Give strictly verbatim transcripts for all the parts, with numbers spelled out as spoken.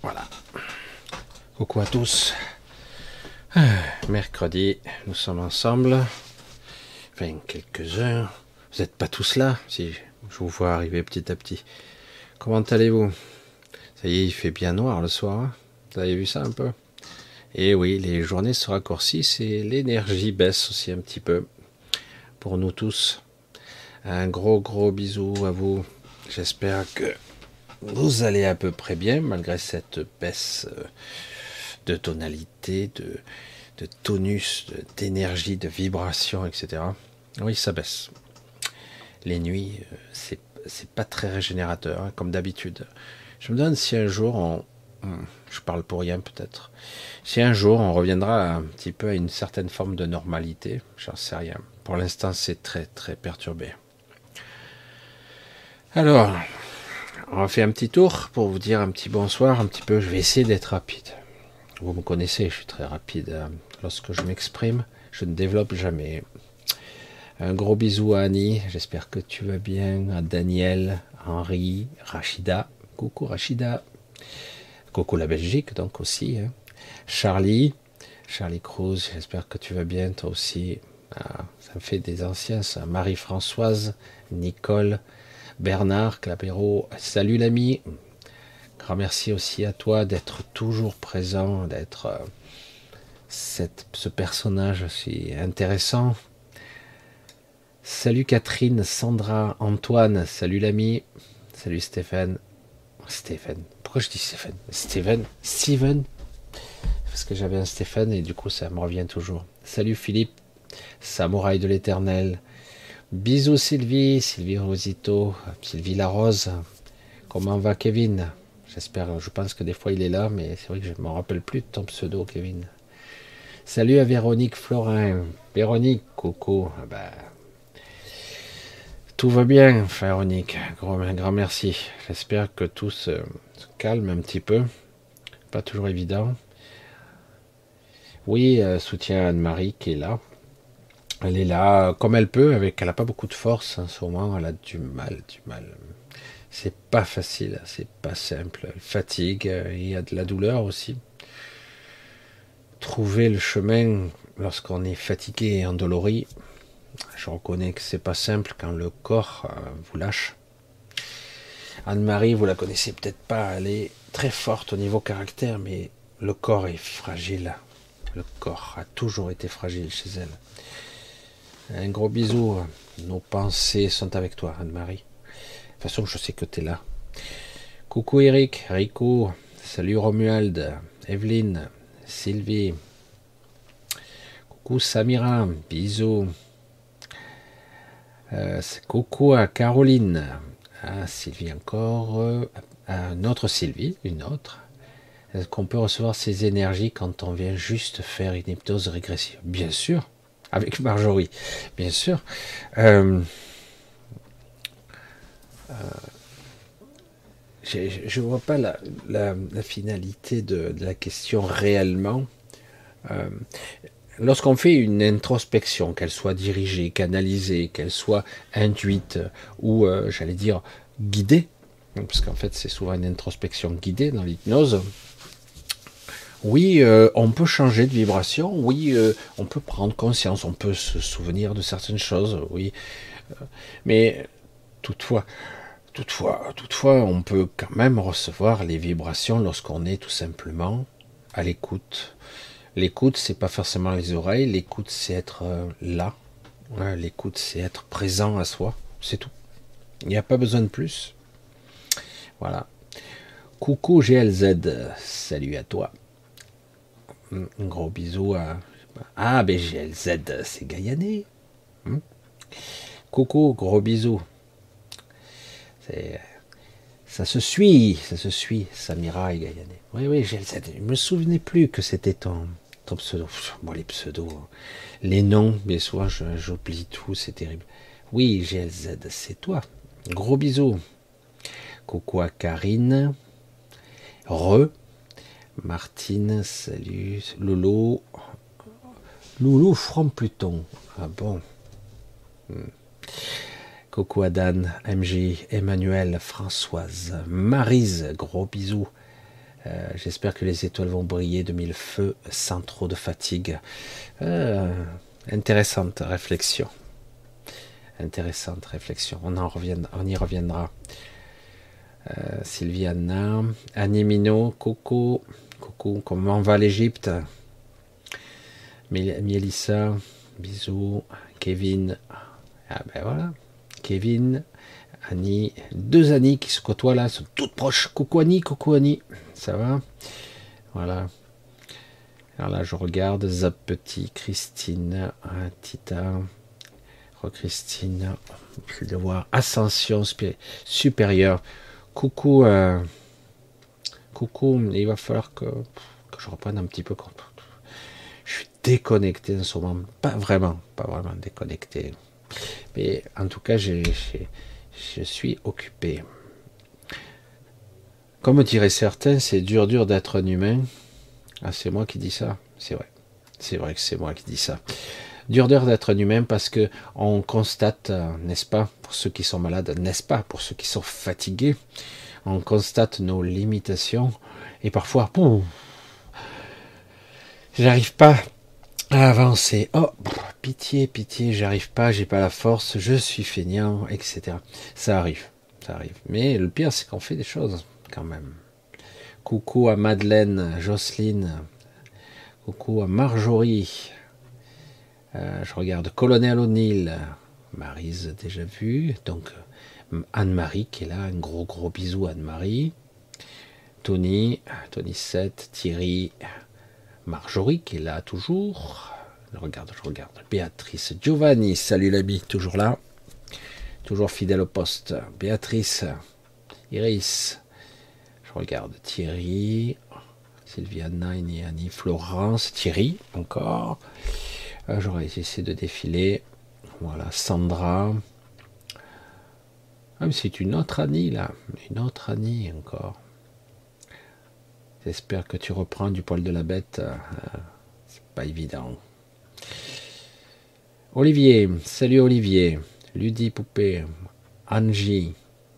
Voilà. Coucou à tous. Ah, mercredi, nous sommes ensemble. Enfin, quelques heures. Vous n'êtes pas tous là, si je vous vois arriver petit à petit. Comment allez-vous? Ça y est, il fait bien noir le soir. Hein, vous avez vu ça un peu? Et oui, les journées se raccourcissent et l'énergie baisse aussi un petit peu. Pour nous tous. Un gros gros bisou à vous. J'espère que vous allez à peu près bien malgré cette baisse de tonalité, de, de tonus, de- d'énergie, de vibration, et cetera. Oui, ça baisse. Les nuits, euh, c'est c'est pas très régénérateur, hein, comme d'habitude. Je me demande si un jour on, hmm, je parle pour rien peut-être, si un jour on reviendra un petit peu à une certaine forme de normalité, j'en sais rien. Pour l'instant, c'est très très perturbé. Alors, on va faire un petit tour pour vous dire un petit bonsoir, un petit peu. Je vais essayer d'être rapide. Vous me connaissez, je suis très rapide euh, lorsque je m'exprime. Je ne développe jamais. Un gros bisou à Annie, j'espère que tu vas bien. À Daniel, Henri, Rachida. Coucou Rachida. Coucou la Belgique, donc aussi. Hein. Charlie, Charlie Cruz, j'espère que tu vas bien, toi aussi. Ah, ça me fait des anciens, ça. Marie-Françoise, Nicole, Bernard, Clapéro. Salut l'ami. Grand merci aussi à toi d'être toujours présent, d'être euh, cette, ce personnage si intéressant. Salut Catherine, Sandra, Antoine, salut l'ami, salut Stéphane. Stéphane, pourquoi je dis Stéphane? Steven, Steven, parce que j'avais un Stéphane et du coup ça me revient toujours. Salut Philippe, Samouraï de l'éternel. Bisous Sylvie, Sylvie Rosito, Sylvie Larose. Comment va Kevin? J'espère, je pense que des fois il est là, mais c'est vrai que je ne me rappelle plus de ton pseudo, Kevin. Salut à Véronique Florin. Véronique, coucou. Ah bah, tout va bien, Véronique. Grand, un grand merci. J'espère que tout se, se calme un petit peu. Pas toujours évident. Oui, euh, soutien à Anne-Marie qui est là. Elle est là comme elle peut, avec, elle n'a pas beaucoup de force en ce moment. Elle a du mal, du mal. C'est pas facile, c'est pas simple. Elle fatigue, euh, il y a de la douleur aussi. Trouver le chemin lorsqu'on est fatigué et endolori, je reconnais que c'est pas simple quand le corps euh, vous lâche. Anne-Marie, vous la connaissez peut-être pas, elle est très forte au niveau caractère, mais le corps est fragile. Le corps a toujours été fragile chez elle. Un gros bisou, nos pensées sont avec toi, Anne-Marie. De toute façon, je sais que tu es là. Coucou Eric, Rico, salut Romuald, Evelyne, Sylvie, coucou Samira, bisous. Euh, coucou à Caroline, à Sylvie encore, euh, à une autre Sylvie, une autre. Est-ce qu'on peut recevoir ces énergies quand on vient juste faire une hypnose régressive? Bien sûr, avec Marjorie, bien sûr. Euh, euh, je ne vois pas la, la, la finalité de, de la question réellement. Euh, Lorsqu'on fait une introspection, qu'elle soit dirigée, canalisée, qu'elle soit induite ou, euh, j'allais dire, guidée, parce qu'en fait c'est souvent une introspection guidée dans l'hypnose, oui, euh, on peut changer de vibration, oui, euh, on peut prendre conscience, on peut se souvenir de certaines choses, oui, mais toutefois, toutefois, toutefois, on peut quand même recevoir les vibrations lorsqu'on est tout simplement à l'écoute. L'écoute, c'est pas forcément les oreilles. L'écoute, c'est être euh, là. Ouais, l'écoute, c'est être présent à soi. C'est tout. Il n'y a pas besoin de plus. Voilà. Coucou G L Z. Salut à toi. Un gros bisou à... Ah, ben G L Z, c'est Gaïané. Hmm. Coucou, gros bisou. C'est... Ça se suit, ça se suit, Samira et Gaïané. Oui, oui, G L Z. Je me souvenais plus que c'était ton... ton pseudo. Moi, les pseudos, les noms, mais souvent j'oublie tout, c'est terrible. Oui, G L Z, c'est toi. Gros bisous. Coucou à Karine. Re. Martine, salut. Lolo. Loulou from Pluton. Ah bon. Hmm. Coucou à Dan, M J, Emmanuel, Françoise, Maryse, gros bisous. Euh, J'espère que les étoiles vont briller de mille feux sans trop de fatigue. Euh, intéressante réflexion. Intéressante réflexion. On en reviendra, on y reviendra. Euh, Sylviana, Annie Minot, coucou, coucou, comment va l'Égypte? Mélissa, bisous, Kevin, ah ben voilà, Kevin, Annie, deux Annie qui se côtoient là, sont toutes proches. Coucou Annie, coucou Annie, ça va? Voilà. Alors là, je regarde, Zap Petit, Christine, Tita, Re-Christine, je vais voir Ascension supérieure. Coucou, euh, coucou, il va falloir que, que je reprenne un petit peu compte. Je suis déconnecté en ce moment, pas vraiment, pas vraiment déconnecté. Mais en tout cas, j'ai, j'ai, je suis occupé. Comme diraient certains, c'est dur, dur d'être un humain. Ah, c'est moi qui dis ça, c'est vrai. C'est vrai que c'est moi qui dis ça. Dur, dur d'être un humain parce que on constate, n'est-ce pas, pour ceux qui sont malades, n'est-ce pas, pour ceux qui sont fatigués, on constate nos limitations et parfois, boum, j'arrive pas à avancer. Oh, pitié, pitié, j'arrive pas, j'ai pas la force, je suis feignant, et cetera. Ça arrive, ça arrive. Mais le pire, c'est qu'on fait des choses quand même. Coucou à Madeleine, Jocelyne, coucou à Marjorie. Euh, je regarde Colonel O'Neill, Maryse déjà vu, donc Anne-Marie qui est là, un gros gros bisou Anne-Marie, Tony, Tony sept, Thierry, Marjorie qui est là toujours, je regarde, je regarde, Béatrice, Giovanni, salut l'ami, toujours là, toujours fidèle au poste, Béatrice, Iris, je regarde Thierry, Sylviana, Annie, Florence, Thierry encore, euh, j'aurais essayé de défiler, voilà, Sandra, ah, mais c'est une autre Annie là, une autre Annie encore. J'espère que tu reprends du poil de la bête. Euh, c'est pas évident. Olivier, salut Olivier. Ludi Poupée, Angie,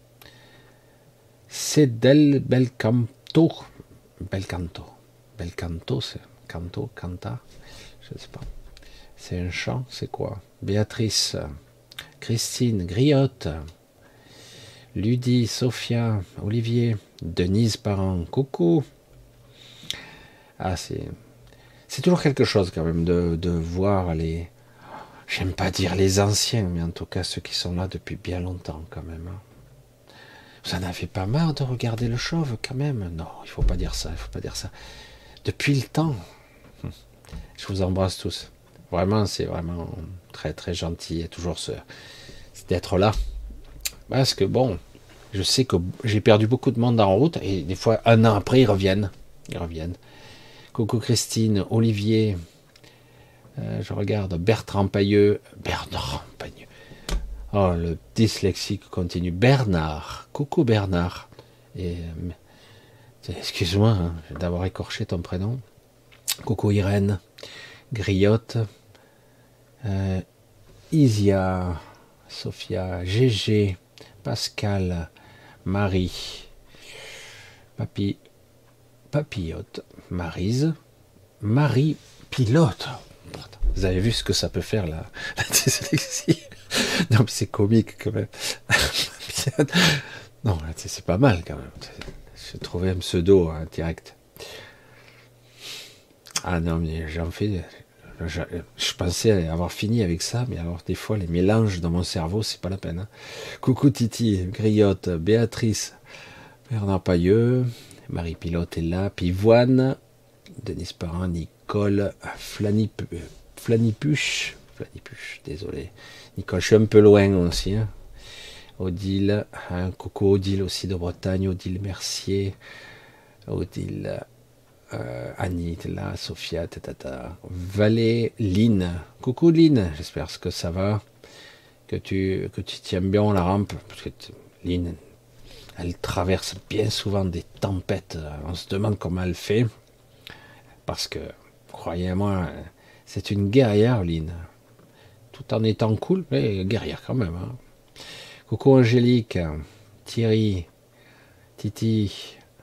Cédel Belcanto, Belcanto, Belcanto, c'est canto, canta, je sais pas. C'est un chant, c'est quoi? Béatrice, Christine, Griotte. Ludie, Sophia, Olivier, Denise Parent, coucou. Ah, c'est, c'est toujours quelque chose quand même de, de voir les, j'aime pas dire les anciens, mais en tout cas ceux qui sont là depuis bien longtemps quand même. Vous en avez pas marre de regarder le chauve quand même? Non, il faut pas dire ça, il faut pas dire ça. Depuis le temps. Je vous embrasse tous. Vraiment, c'est vraiment très très gentil et toujours ce, d'être là. Parce que bon, je sais que j'ai perdu beaucoup de monde en route et des fois, un an après, ils reviennent. Ils reviennent. Coucou Christine, Olivier, euh, je regarde Bertrand Pailleux, Bernard Pailleux. Oh, le dyslexique continue. Bernard, coucou Bernard. Et euh, excuse-moi hein, d'avoir écorché ton prénom. Coucou Irène, Griotte, euh, Isia, Sophia, Gégé, Pascal, Marie, Papy, Papillote, Maryse, Marie Pilote. Vous avez vu ce que ça peut faire la, la dyslexie? Non mais c'est comique quand même. Non, c'est pas mal quand même. J'ai trouvé un pseudo hein, direct. Ah non mais j'en fais. Je, je pensais avoir fini avec ça, mais alors des fois les mélanges dans mon cerveau, c'est pas la peine. Hein. Coucou Titi, Griotte, Béatrice, Bernard Pailleux, Marie Pilote est là, Pivoine, Denis Parent, Nicole, Flanipu, Flanipuche, Flanipuche, désolé. Nicole, je suis un peu loin aussi. Hein. Odile, hein, coucou Odile aussi de Bretagne, Odile Mercier, Odile. Euh, Annie, là, Sophia, tatata. Valé, Lynn. Coucou Lynn, j'espère que ça va, que tu, que tu tiens bien la rampe, parce que Lynn, elle traverse bien souvent des tempêtes. On se demande comment elle fait, parce que, croyez-moi, c'est une guerrière, Lynn. Tout en étant cool, mais guerrière quand même. Hein. Coucou Angélique, Thierry, Titi.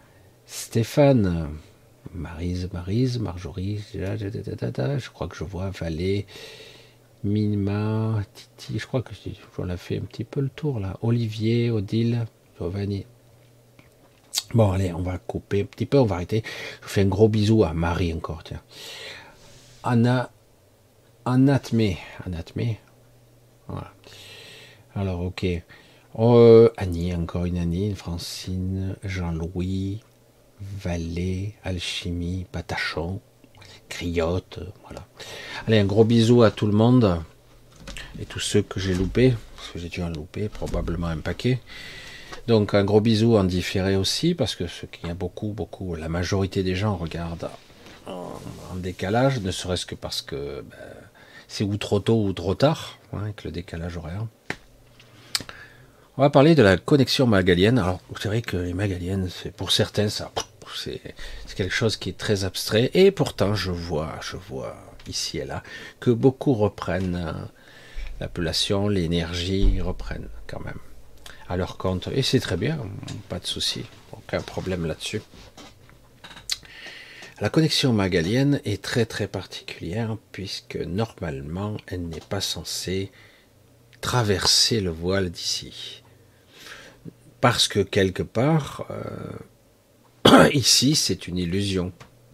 Stéphane, Marise, Marise, Marjorie, je crois que je vois Valais, Minima, Titi, je crois que j'en ai fait un petit peu le tour là. Olivier, Odile, Giovanni. Bon, allez, on va couper un petit peu, on va arrêter. Je fais un gros bisou à Marie encore, tiens. Anna, Anatmé, Anatmé. Voilà. Alors, ok. Euh, Annie, encore une Annie, une Francine, Jean-Louis, Vallée, Alchimie, Patachon, Criotte, voilà. Allez, un gros bisou à tout le monde et tous ceux que j'ai loupés, parce que j'ai dû en louper, probablement un paquet. Donc un gros bisou en différé aussi, parce que ce qu'il y a beaucoup, beaucoup, la majorité des gens regardent en, en décalage, ne serait-ce que parce que ben, c'est ou trop tôt ou trop tard, hein, avec le décalage horaire. On va parler de la connexion magalienne. Alors c'est vrai que les magaliennes, c'est pour certains ça, c'est quelque chose qui est très abstrait, et pourtant je vois, je vois ici et là que beaucoup reprennent l'appellation, l'énergie, reprennent quand même à leur compte, et c'est très bien, pas de souci, aucun problème là-dessus. La connexion magalienne est très très particulière puisque normalement elle n'est pas censée traverser le voile d'ici, parce que quelque part euh, ici c'est une illusion.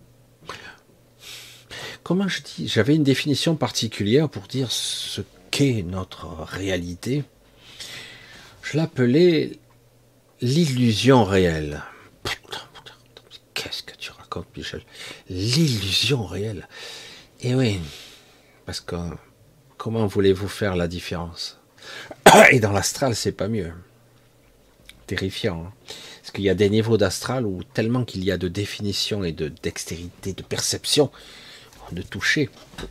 Comment je dis, j'avais une définition particulière pour dire ce qu'est notre réalité. Je l'appelais l'illusion réelle. Qu'est-ce que tu racontes, Michel? L'illusion réelle. Et oui, parce que comment voulez-vous faire la différence? Et dans l'astral, c'est pas mieux. Terrifiant. Hein, parce qu'il y a des niveaux d'astral où tellement qu'il y a de définition et de dextérité, de perception, de toucher,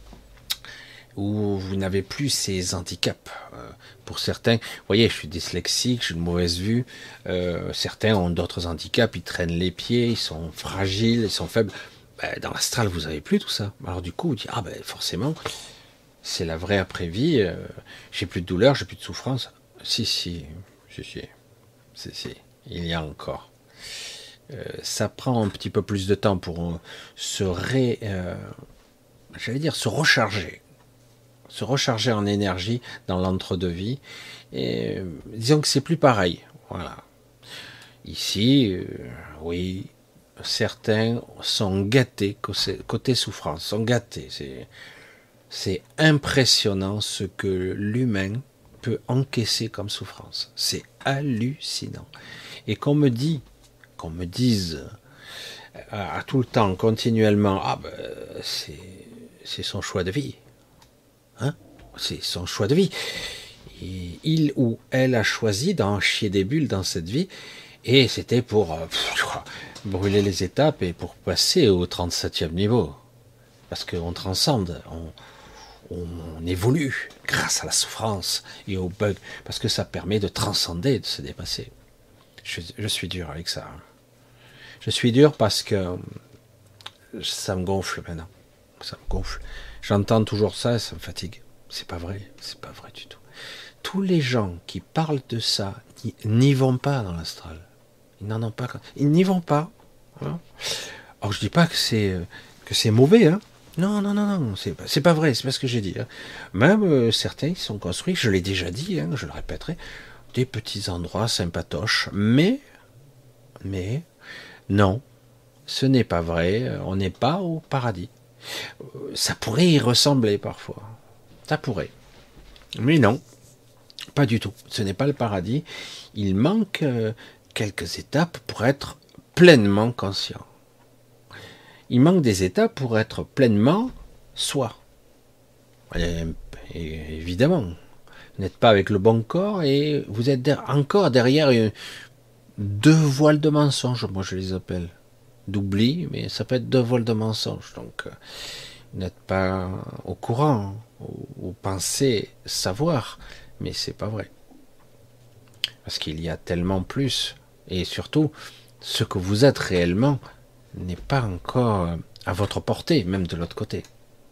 où vous n'avez plus ces handicaps. Euh, pour certains, vous voyez, je suis dyslexique, j'ai une mauvaise vue, euh, certains ont d'autres handicaps, ils traînent les pieds, ils sont fragiles, ils sont faibles. Ben, dans l'astral, vous n'avez plus tout ça. Alors du coup, vous dites, ah ben forcément, c'est la vraie après-vie, euh, j'ai plus de douleur, j'ai plus de souffrance. Si, si, si, si, si, si, il y a encore. Euh, ça prend un petit peu plus de temps pour euh, se ré... Euh, j'allais dire se recharger. se recharger en énergie dans l'entre-deux-vie. Et euh, disons que c'est plus pareil. Voilà. Ici, euh, oui, certains sont gâtés côté, côté souffrance, sont gâtés. C'est, c'est impressionnant ce que l'humain peut encaisser comme souffrance. C'est hallucinant. Et qu'on me dit, qu'on me dise à, à tout le temps, continuellement, ah ben, c'est, c'est son choix de vie. Hein, c'est son choix de vie. Et il ou elle a choisi d'en chier des bulles dans cette vie, et c'était pour euh, pff, brûler les étapes et pour passer au trente-septième niveau. Parce qu'on transcende, on, on évolue grâce à la souffrance et au bug, parce que ça permet de transcender, de se dépasser. Je, je suis dur avec ça. Je suis dur parce que ça me gonfle maintenant. Ça me gonfle. J'entends toujours ça, ça me fatigue. C'est pas vrai, c'est pas vrai du tout. Tous les gens qui parlent de ça n'y vont pas dans l'astral. Ils n'en ont pas. Ils n'y vont pas. Hein. Alors je dis pas que c'est que c'est mauvais. Hein. Non, non, non, non, c'est pas, c'est pas vrai. C'est pas ce que j'ai dit. Hein. Même euh, certains ils sont construits. Je l'ai déjà dit. Hein, je le répéterai. Des petits endroits sympatoches. Mais, mais, non, ce n'est pas vrai. On n'est pas au paradis. Ça pourrait y ressembler parfois. Ça pourrait. Mais non, pas du tout. Ce n'est pas le paradis. Il manque euh, quelques étapes pour être pleinement conscient. Il manque des étapes pour être pleinement soi. Et, et, évidemment, vous n'êtes pas avec le bon corps et vous êtes der- encore derrière une, deux voiles de mensonges, moi je les appelle. D'oubli, mais ça peut être deux voiles de mensonges. Donc, euh, vous n'êtes pas au courant, ou, ou pensez savoir, mais c'est pas vrai. Parce qu'il y a tellement plus, et surtout, ce que vous êtes réellement n'est pas encore à votre portée, même de l'autre côté.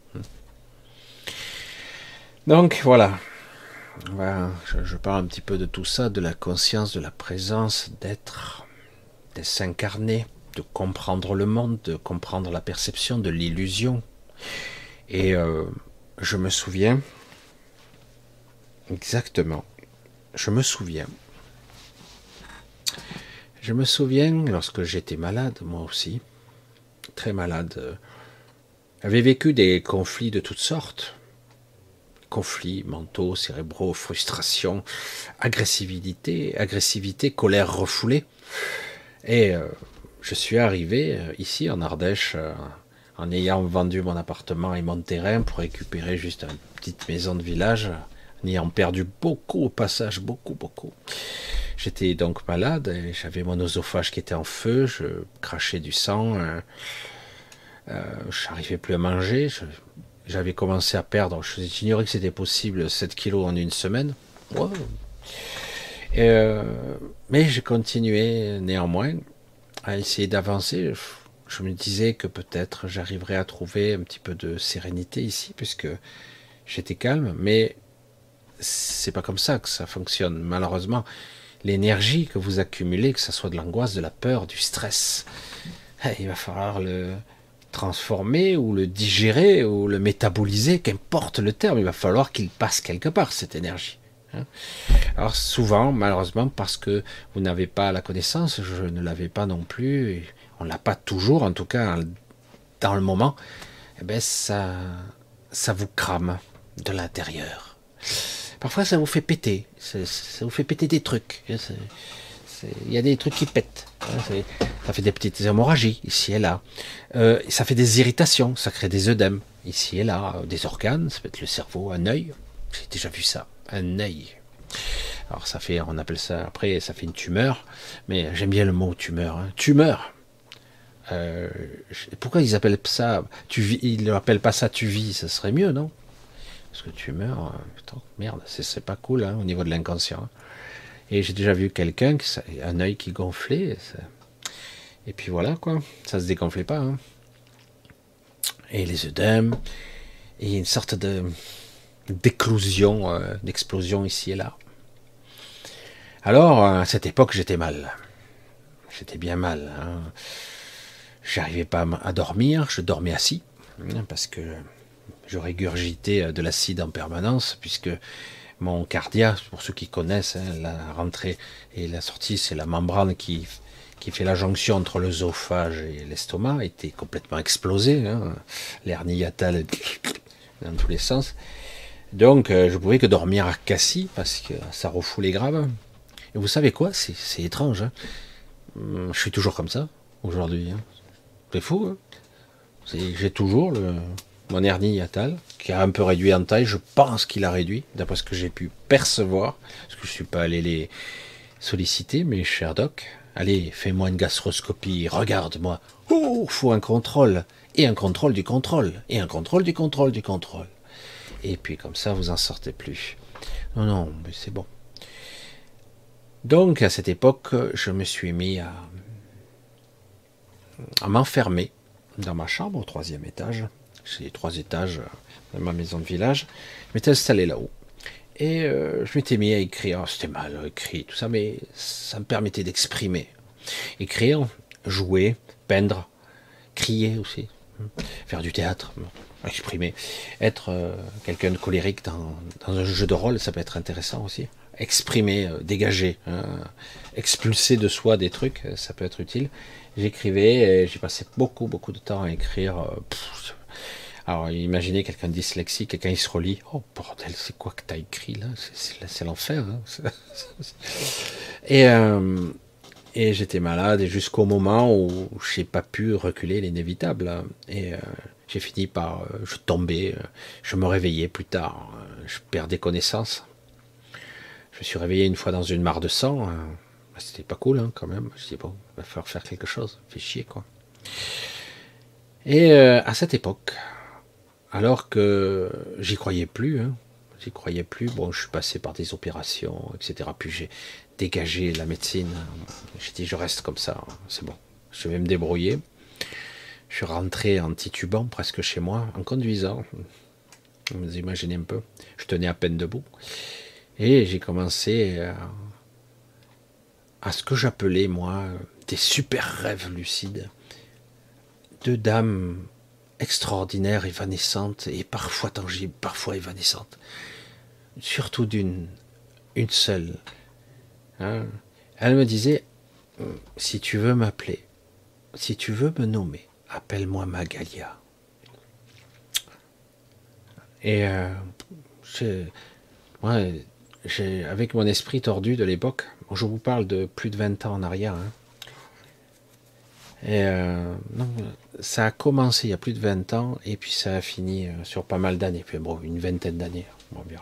Donc voilà, voilà je, je parle un petit peu de tout ça, de la conscience, de la présence, d'être, de s'incarner. de comprendre le monde, de comprendre la perception de l'illusion. Et euh, je me souviens, exactement, je me souviens, je me souviens lorsque j'étais malade, moi aussi, très malade, euh, j'avais vécu des conflits de toutes sortes, conflits mentaux, cérébraux, frustration, agressivité, agressivité, colère refoulée. Et euh, je suis arrivé euh, ici en Ardèche euh, en ayant vendu mon appartement et mon terrain pour récupérer juste une petite maison de village, en ayant perdu beaucoup au passage, beaucoup, beaucoup. J'étais donc malade, et j'avais mon oesophage qui était en feu, je crachais du sang, euh, euh, je n'arrivais plus à manger, je, j'avais commencé à perdre, j'ignorais que c'était possible, sept kilos en une semaine. Wow. Et euh, mais j'ai continué néanmoins à essayer d'avancer. Je me disais que peut-être j'arriverais à trouver un petit peu de sérénité ici, puisque j'étais calme, mais c'est pas comme ça que ça fonctionne. Malheureusement, l'énergie que vous accumulez, que ce soit de l'angoisse, de la peur, du stress, il va falloir le transformer ou le digérer ou le métaboliser, qu'importe le terme, il va falloir qu'il passe quelque part, cette énergie. Alors souvent, malheureusement, parce que vous n'avez pas la connaissance, je ne l'avais pas non plus, et on ne l'a pas toujours, en tout cas dans le moment, eh ben ça, ça vous crame de l'intérieur. Parfois, ça vous fait péter, ça, ça vous fait péter des trucs. Il y a des trucs qui pètent. Ça fait des petites hémorragies, ici et là. Euh, ça fait des irritations, ça crée des œdèmes, ici et là. Des organes, ça peut être le cerveau, un œil. J'ai déjà vu ça, un œil. Alors ça fait, on appelle ça, après ça fait une tumeur, mais j'aime bien le mot tumeur. Hein. Tumeur. Euh, pourquoi ils appellent ça, tu vis, ils ne appellent pas ça tu vis, ça serait mieux, non? Parce que tumeur, euh, putain, merde, c'est pas cool hein, au niveau de l'inconscient. Hein. Et j'ai déjà vu quelqu'un, un œil qui gonflait, ça, et puis voilà quoi, ça se dégonflait pas. Hein. Et les œdèmes, et une sorte de d'éclosion, euh, d'explosion ici et là. Alors, à cette époque, j'étais mal. J'étais bien mal. Hein. J'arrivais pas à dormir, je dormais assis, hein, parce que je régurgitais de l'acide en permanence, puisque mon cardia, pour ceux qui connaissent, hein, la rentrée et la sortie, c'est la membrane qui, qui fait la jonction entre l'œsophage et l'estomac, était complètement explosée. Hein. L'hernie hiatale dans tous les sens. Donc, euh, je pouvais que dormir à cassis, parce que ça refoulait grave. Et vous savez quoi, c'est étrange. Hein. Je suis toujours comme ça, aujourd'hui. Hein. C'est fou. Hein. J'ai toujours le, mon hernie hiatale, qui a un peu réduit en taille. Je pense qu'il a réduit, d'après ce que j'ai pu percevoir. Parce que je ne suis pas allé les solliciter, mes chers docs. Allez, fais-moi une gastroscopie, regarde-moi. Oh, faut un contrôle. Et un contrôle du contrôle. Et un contrôle du contrôle du contrôle. Et puis comme ça, vous en sortez plus. Non, non, mais c'est bon. Donc, à cette époque, je me suis mis à, à m'enfermer dans ma chambre au troisième étage. C'est trois étages de ma maison de village. Je m'étais installé là-haut. Et euh, je m'étais mis à écrire. C'était mal écrit, tout ça, mais ça me permettait d'exprimer. Écrire, jouer, peindre, crier aussi. Faire du théâtre, exprimer. Être euh, quelqu'un de colérique dans, dans un jeu de rôle, ça peut être intéressant aussi. Exprimer, euh, dégager, hein, expulser de soi des trucs, ça peut être utile. J'écrivais, j'ai passé beaucoup, beaucoup de temps à écrire. Euh, pff, alors, imaginez quelqu'un de dyslexique, quelqu'un il se relit. Oh bordel, c'est quoi que t'as écrit là? C'est l'enfer. Hein. Et, euh, et j'étais malade, et jusqu'au moment où j'ai pas pu reculer l'inévitable. Hein. Et euh, j'ai fini par, euh, je tombais, euh, je me réveillais plus tard, euh, je perdais connaissance. Je me suis réveillé une fois dans une mare de sang. Euh, C'était pas cool, hein, quand même. Je dis bon, il va falloir faire quelque chose. Fait chier, quoi. Et euh, à cette époque, alors que j'y croyais plus, hein, j'y croyais plus. Bon, je suis passé par des opérations, et cetera. Puis j'ai dégagé la médecine. J'ai dit, je reste comme ça. C'est bon. Je vais me débrouiller. Je suis rentré en titubant presque chez moi, en conduisant. Vous imaginez un peu. Je tenais à peine debout. Et j'ai commencé à, à ce que j'appelais, moi, des super rêves lucides. Deux dames extraordinaires, évanescentes, et parfois tangibles, parfois évanescentes. Surtout d'une, une seule. Hein. Elle me disait, si tu veux m'appeler, si tu veux me nommer, appelle-moi Magalia. Et euh, je, moi, j'ai, avec mon esprit tordu de l'époque, je vous parle de plus de vingt ans en arrière, hein, et euh, non, ça a commencé il y a plus de vingt ans, et puis ça a fini euh, sur pas mal d'années, puis bon, une vingtaine d'années, bon, bien.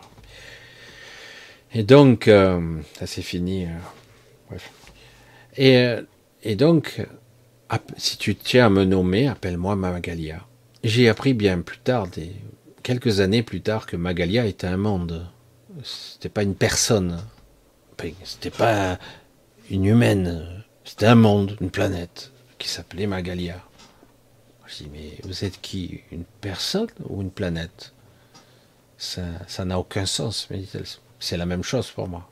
Et donc, euh, ça s'est fini, euh, bref. Et, euh, et donc, si tu tiens à me nommer, appelle-moi Magalia. J'ai appris bien plus tard, des, quelques années plus tard, que Magalia était un monde. C'était pas une personne. C'était pas une humaine. C'était un monde, une planète, qui s'appelait Magalia. Je dis, mais vous êtes qui? Une personne ou une planète? Ça, ça n'a aucun sens. C'est la même chose pour moi.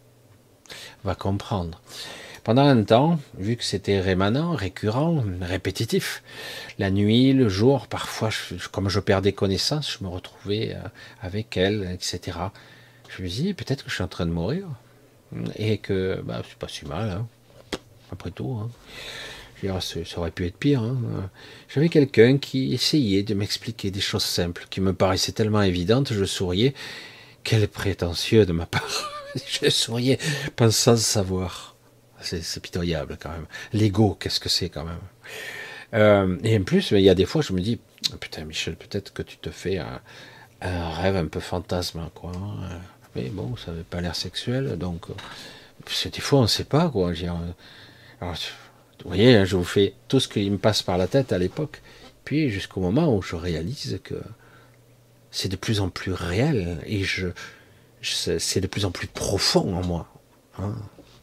On va comprendre. Pendant un temps, vu que c'était rémanent, récurrent, répétitif, la nuit, le jour, parfois, je, comme je perdais connaissance, je me retrouvais avec elle, et cetera. Je me dis, peut-être que je suis en train de mourir, et que bah, c'est pas si mal, hein, après tout. Hein. Je veux dire, ça aurait pu être pire. Hein. J'avais quelqu'un qui essayait de m'expliquer des choses simples, qui me paraissaient tellement évidentes, je souriais. Quel prétentieux de ma part. Je souriais, pensant savoir. C'est pitoyable quand même. L'ego, qu'est-ce que c'est quand même. Euh, et en plus, il y a des fois, je me dis, putain Michel, peut-être que tu te fais un, un rêve un peu fantasme, quoi. Mais bon, ça n'avait pas l'air sexuel, donc des fois on ne sait pas, quoi. Alors, vous voyez, je vous fais tout ce qui me passe par la tête à l'époque, puis jusqu'au moment où je réalise que c'est de plus en plus réel et je, je c'est de plus en plus profond en moi. Hein.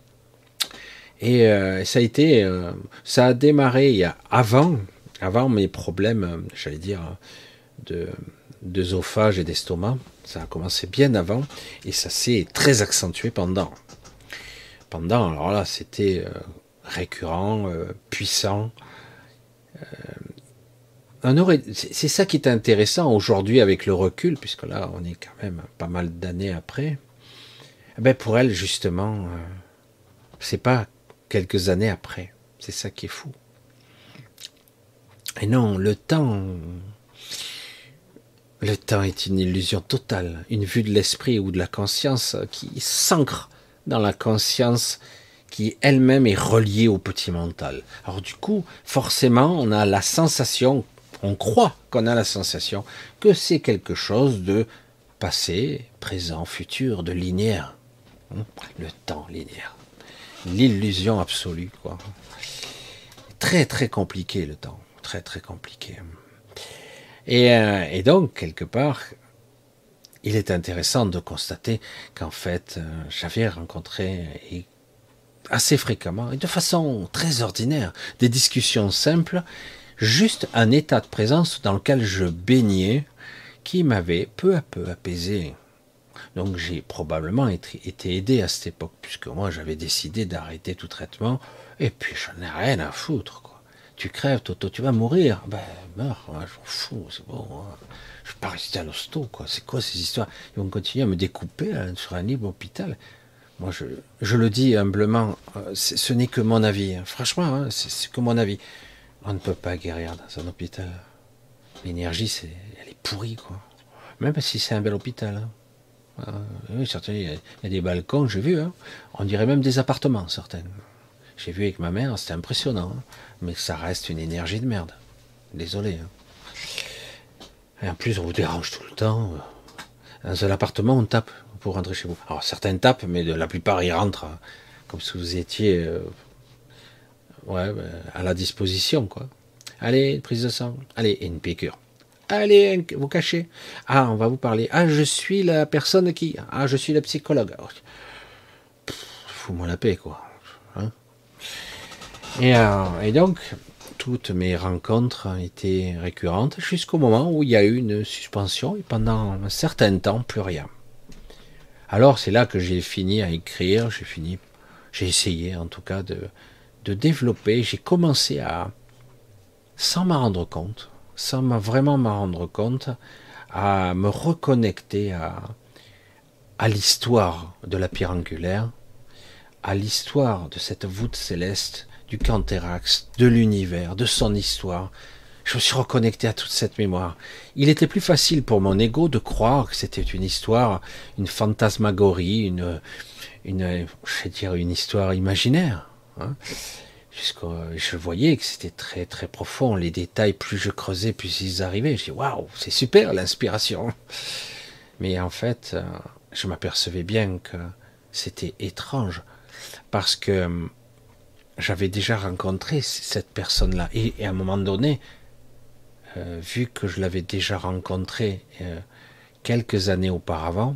Et euh, ça a été, euh, ça a démarré il y a avant, avant mes problèmes, j'allais dire, de d'œsophage et d'estomac. Ça a commencé bien avant et ça s'est très accentué pendant. Pendant, alors là, c'était euh, récurrent, euh, puissant. Euh, on aurait, c'est ça qui est intéressant aujourd'hui avec le recul, puisque là, on est quand même pas mal d'années après. Eh ben pour elle, justement, euh, c'est pas quelques années après. C'est ça qui est fou. Et non, le temps, le temps est une illusion totale, une vue de l'esprit ou de la conscience qui s'ancre dans la conscience qui elle-même est reliée au petit mental. Alors du coup, forcément, on a la sensation, on croit qu'on a la sensation que c'est quelque chose de passé, présent, futur, de linéaire. Le temps linéaire. L'illusion absolue, quoi. Très très compliqué le temps, très très compliqué. Et, euh, et donc quelque part, il est intéressant de constater qu'en fait, euh, j'avais rencontré et assez fréquemment et de façon très ordinaire des discussions simples, juste un état de présence dans lequel je baignais, qui m'avait peu à peu apaisé. Donc j'ai probablement été, été aidé à cette époque, puisque moi j'avais décidé d'arrêter tout traitement, et puis j'en ai rien à foutre, quoi. Tu crèves, Toto, tu vas mourir. Ben, meurs, ouais, je m'en fous, c'est bon. Ouais. Je vais pas rester à l'hosto, quoi. C'est quoi ces histoires? Ils vont continuer à me découper là, sur un lit d'hôpital. Moi, je, je le dis humblement, euh, ce n'est que mon avis. Hein. Franchement, hein, c'est que mon avis. On ne peut pas guérir dans un hôpital. L'énergie, c'est, elle est pourrie, quoi. Même si c'est un bel hôpital. Hein. Euh, oui, certains, il y, a, il y a des balcons, j'ai vu, hein. On dirait même des appartements, certains. J'ai vu avec ma mère, c'était impressionnant, hein. Mais ça reste une énergie de merde. Désolé. Hein. Et en plus, on vous dérange tout le temps. Dans un appartement, on tape pour rentrer chez vous. Alors, certains tapent, mais de la plupart, ils rentrent hein, comme si vous étiez euh, ouais, ben, à la disposition, quoi. Allez, une prise de sang. Allez, et une piqûre. Allez, vous cachez. Ah, on va vous parler. Ah, je suis la personne qui... Ah, je suis le psychologue. Fous-moi la paix, quoi. Hein et, euh, et donc, toutes mes rencontres étaient récurrentes jusqu'au moment où il y a eu une suspension et pendant un certain temps, plus rien. Alors, c'est là que j'ai fini à écrire. J'ai fini... J'ai essayé, en tout cas, de, de développer, j'ai commencé à, sans m'en rendre compte, sans vraiment m'en rendre compte, à me reconnecter à, à l'histoire de la pierre angulaire, à l'histoire de cette voûte céleste, du Canthérax, de l'univers, de son histoire. Je me suis reconnecté à toute cette mémoire. Il était plus facile pour mon ego de croire que c'était une histoire, une fantasmagorie, une, une, je vais dire une histoire imaginaire. Hein. Jusqu'au, je voyais que c'était très très profond. Les détails, plus je creusais, plus ils arrivaient. Je dis waouh, c'est super l'inspiration. Mais en fait, je m'apercevais bien que c'était étrange parce que j'avais déjà rencontré cette personne-là et, et à un moment donné, euh, vu que je l'avais déjà rencontré euh, quelques années auparavant,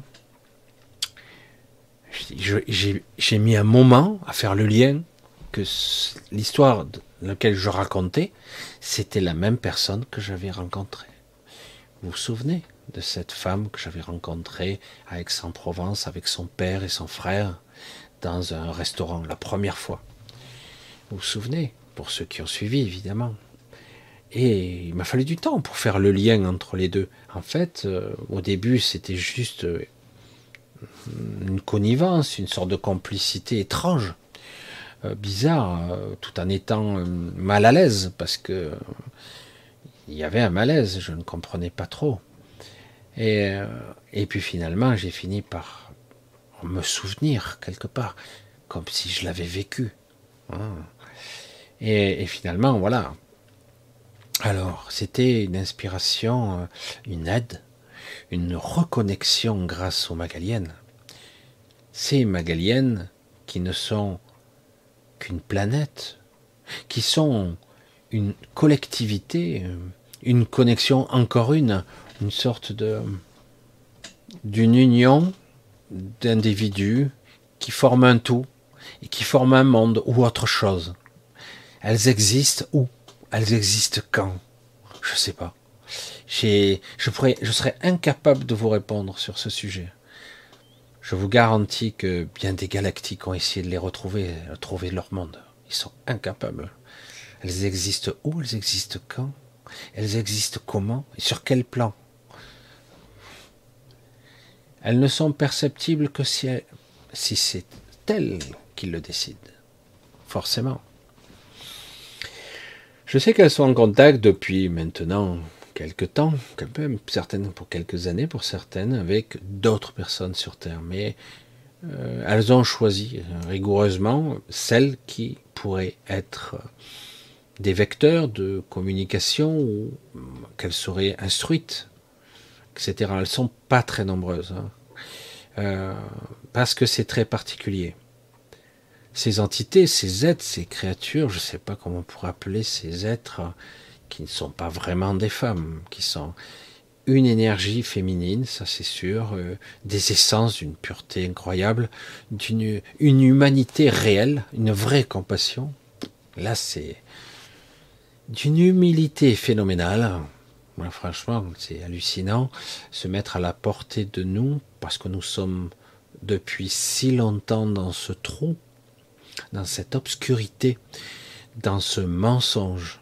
j'ai mis un moment à faire le lien que l'histoire de laquelle je racontais, c'était la même personne que j'avais rencontrée. Vous vous souvenez de cette femme que j'avais rencontrée à Aix-en-Provence avec son père et son frère dans un restaurant la première fois. Vous vous souvenez, pour ceux qui ont suivi évidemment. Et il m'a fallu du temps pour faire le lien entre les deux. En fait, euh, au début, c'était juste euh, une connivence, une sorte de complicité étrange, euh, bizarre, euh, tout en étant euh, mal à l'aise, parce que euh, il y avait un malaise, je ne comprenais pas trop. Et, euh, et puis finalement, j'ai fini par me souvenir quelque part, comme si je l'avais vécu. Hein. Et, et finalement, voilà. Alors, c'était une inspiration, une aide, une reconnexion grâce aux Magaliennes. Ces Magaliennes qui ne sont qu'une planète, qui sont une collectivité, une connexion, encore une, une sorte de d'une union d'individus qui forment un tout et qui forment un monde ou autre chose. Elles existent où? Elles existent quand? Je sais pas. J'ai, je pourrais, je serais incapable de vous répondre sur ce sujet. Je vous garantis que bien des galactiques ont essayé de les retrouver, de trouver leur monde. Ils sont incapables. Elles existent où? Elles existent quand? Elles existent comment? Et sur quel plan? Elles ne sont perceptibles que si, elles, si c'est elles qui le décident. Forcément. Je sais qu'elles sont en contact depuis maintenant quelques temps, même certaines pour quelques années pour certaines, avec d'autres personnes sur Terre. Mais euh, elles ont choisi rigoureusement celles qui pourraient être des vecteurs de communication ou qu'elles seraient instruites, et cetera. Elles ne sont pas très nombreuses, hein, euh, parce que c'est très particulier. Ces entités, ces êtres, ces créatures, je ne sais pas comment on pourrait appeler ces êtres qui ne sont pas vraiment des femmes, qui sont une énergie féminine, ça c'est sûr, euh, des essences d'une pureté incroyable, d'une une humanité réelle, une vraie compassion. Là, c'est d'une humilité phénoménale. Moi, franchement, c'est hallucinant, se mettre à la portée de nous, parce que nous sommes depuis si longtemps dans ce trou, dans cette obscurité, dans ce mensonge.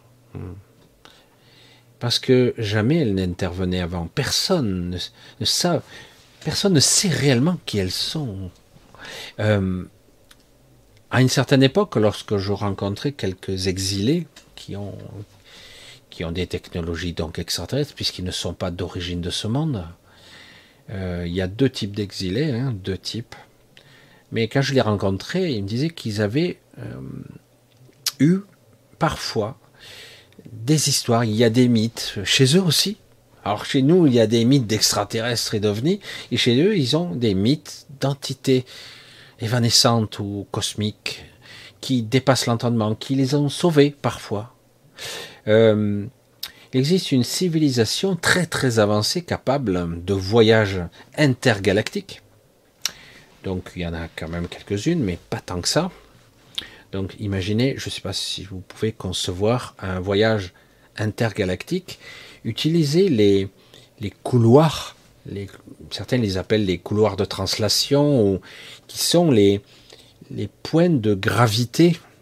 Parce que jamais elles n'intervenaient avant. Personne ne, ne sait, personne ne sait réellement qui elles sont. Euh, à une certaine époque, lorsque je rencontrais quelques exilés qui ont, qui ont des technologies donc extraterrestres, puisqu'ils ne sont pas d'origine de ce monde, euh, il y a deux types d'exilés, hein, deux types. Mais quand je les rencontrais, ils me disaient qu'ils avaient euh, eu parfois des histoires, il y a des mythes, chez eux aussi. Alors chez nous, il y a des mythes d'extraterrestres et d'ovnis, et chez eux, ils ont des mythes d'entités évanescentes ou cosmiques qui dépassent l'entendement, qui les ont sauvés parfois. Euh, il existe une civilisation très très avancée, capable de voyages intergalactiques. Donc il y en a quand même quelques-unes, mais pas tant que ça. Donc imaginez, je ne sais pas si vous pouvez concevoir un voyage intergalactique, utiliser les, les couloirs, les, certains les appellent les couloirs de translation, ou, qui sont les, les points de gravité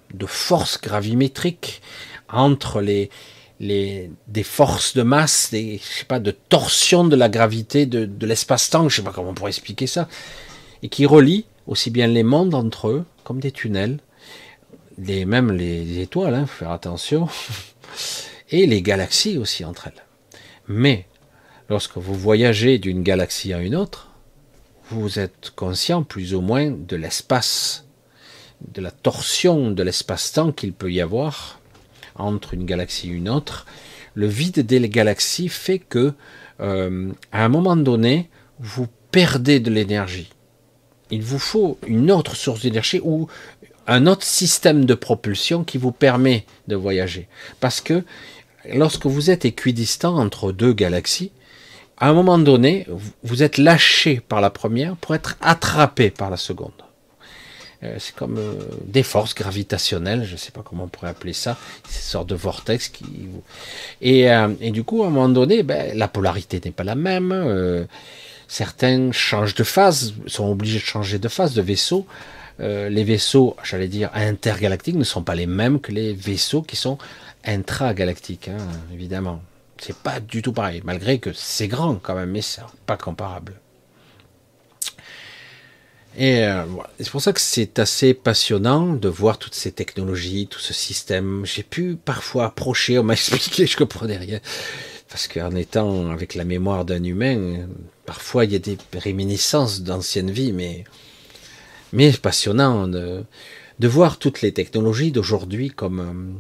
de force gravimétrique entre les, les, des forces de masse, des, je sais pas, de torsion de la gravité de, de l'espace-temps, je sais pas comment on pourrait expliquer ça, et qui relie aussi bien les mondes entre eux, comme des tunnels, les, même les étoiles, hein, faut faire attention, et les galaxies aussi entre elles. Mais, lorsque vous voyagez d'une galaxie à une autre, vous êtes conscient plus ou moins de l'espace, de la torsion de l'espace-temps qu'il peut y avoir entre une galaxie et une autre. Le vide des galaxies fait que, euh, à un moment donné, vous perdez de l'énergie. Il vous faut une autre source d'énergie ou un autre système de propulsion qui vous permet de voyager. Parce que lorsque vous êtes équidistant entre deux galaxies, à un moment donné, vous êtes lâché par la première pour être attrapé par la seconde. C'est comme euh, des forces gravitationnelles, je ne sais pas comment on pourrait appeler ça, ces sortes de vortex qui et, euh, et du coup, à un moment donné, ben, la polarité n'est pas la même. Euh, certains changent de phase, sont obligés de changer de phase de vaisseau. Euh, les vaisseaux, j'allais dire intergalactiques, ne sont pas les mêmes que les vaisseaux qui sont intragalactiques, hein, évidemment. C'est pas du tout pareil, malgré que c'est grand quand même, mais c'est pas comparable. Et euh, voilà. C'est pour ça que c'est assez passionnant de voir toutes ces technologies, tout ce système. J'ai pu parfois approcher, on m'a expliqué, je comprenais rien. Parce qu'en étant avec la mémoire d'un humain, parfois il y a des réminiscences d'anciennes vies, mais, mais passionnant de, de voir toutes les technologies d'aujourd'hui comme,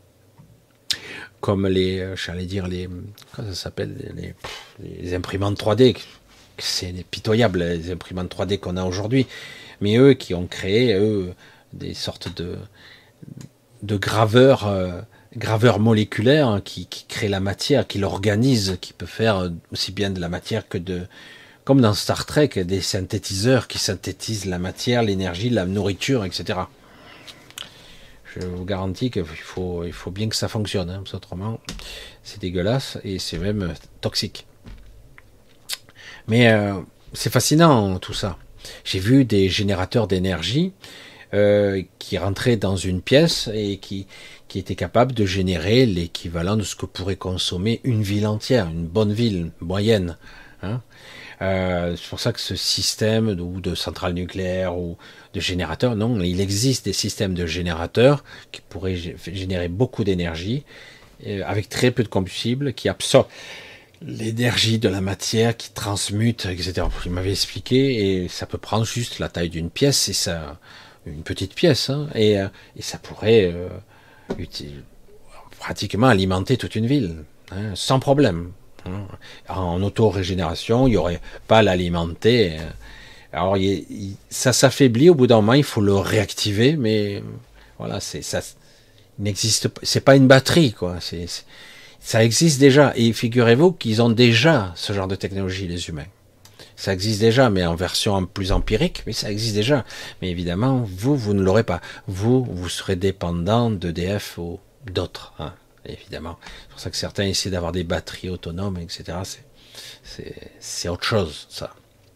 comme les, j'allais dire, les, comment ça s'appelle, les, les imprimantes trois D. C'est pitoyable, les imprimantes trois D qu'on a aujourd'hui. Mais eux qui ont créé, eux, des sortes de, de graveurs, euh, graveurs moléculaires hein, qui, qui créent la matière, qui l'organisent, qui peut faire aussi bien de la matière que de... Comme dans Star Trek, des synthétiseurs qui synthétisent la matière, l'énergie, la nourriture, et cetera. Je vous garantis qu'il faut, il faut bien que ça fonctionne. Hein, autrement, c'est dégueulasse et c'est même toxique. Mais euh, c'est fascinant tout ça. J'ai vu des générateurs d'énergie euh, qui rentraient dans une pièce et qui, qui étaient capables de générer l'équivalent de ce que pourrait consommer une ville entière, une bonne ville moyenne. Hein. Euh, c'est pour ça que ce système de, ou de centrale nucléaire ou de générateurs, non, il existe des systèmes de générateurs qui pourraient générer beaucoup d'énergie euh, avec très peu de combustible, qui absorbent l'énergie de la matière qui transmute, et cetera. Il m'avait expliqué, et ça peut prendre juste la taille d'une pièce, et ça, une petite pièce, hein, et, et ça pourrait euh, utile, pratiquement alimenter toute une ville, hein, sans problème. Hein. En auto-régénération, il n'y aurait pas à l'alimenter. Alors, il, il, ça s'affaiblit au bout d'un moment, il faut le réactiver, mais voilà, c'est ça n'existe pas. C'est pas une batterie, quoi. C'est, c'est Ça existe déjà, et figurez-vous qu'ils ont déjà ce genre de technologie, les humains. Ça existe déjà, mais en version plus empirique, mais ça existe déjà. Mais évidemment, vous, vous ne l'aurez pas. Vous, vous serez dépendant d'E D F ou d'autres, hein, évidemment. C'est pour ça que certains essaient d'avoir des batteries autonomes, et cetera. C'est, c'est, c'est autre chose, ça.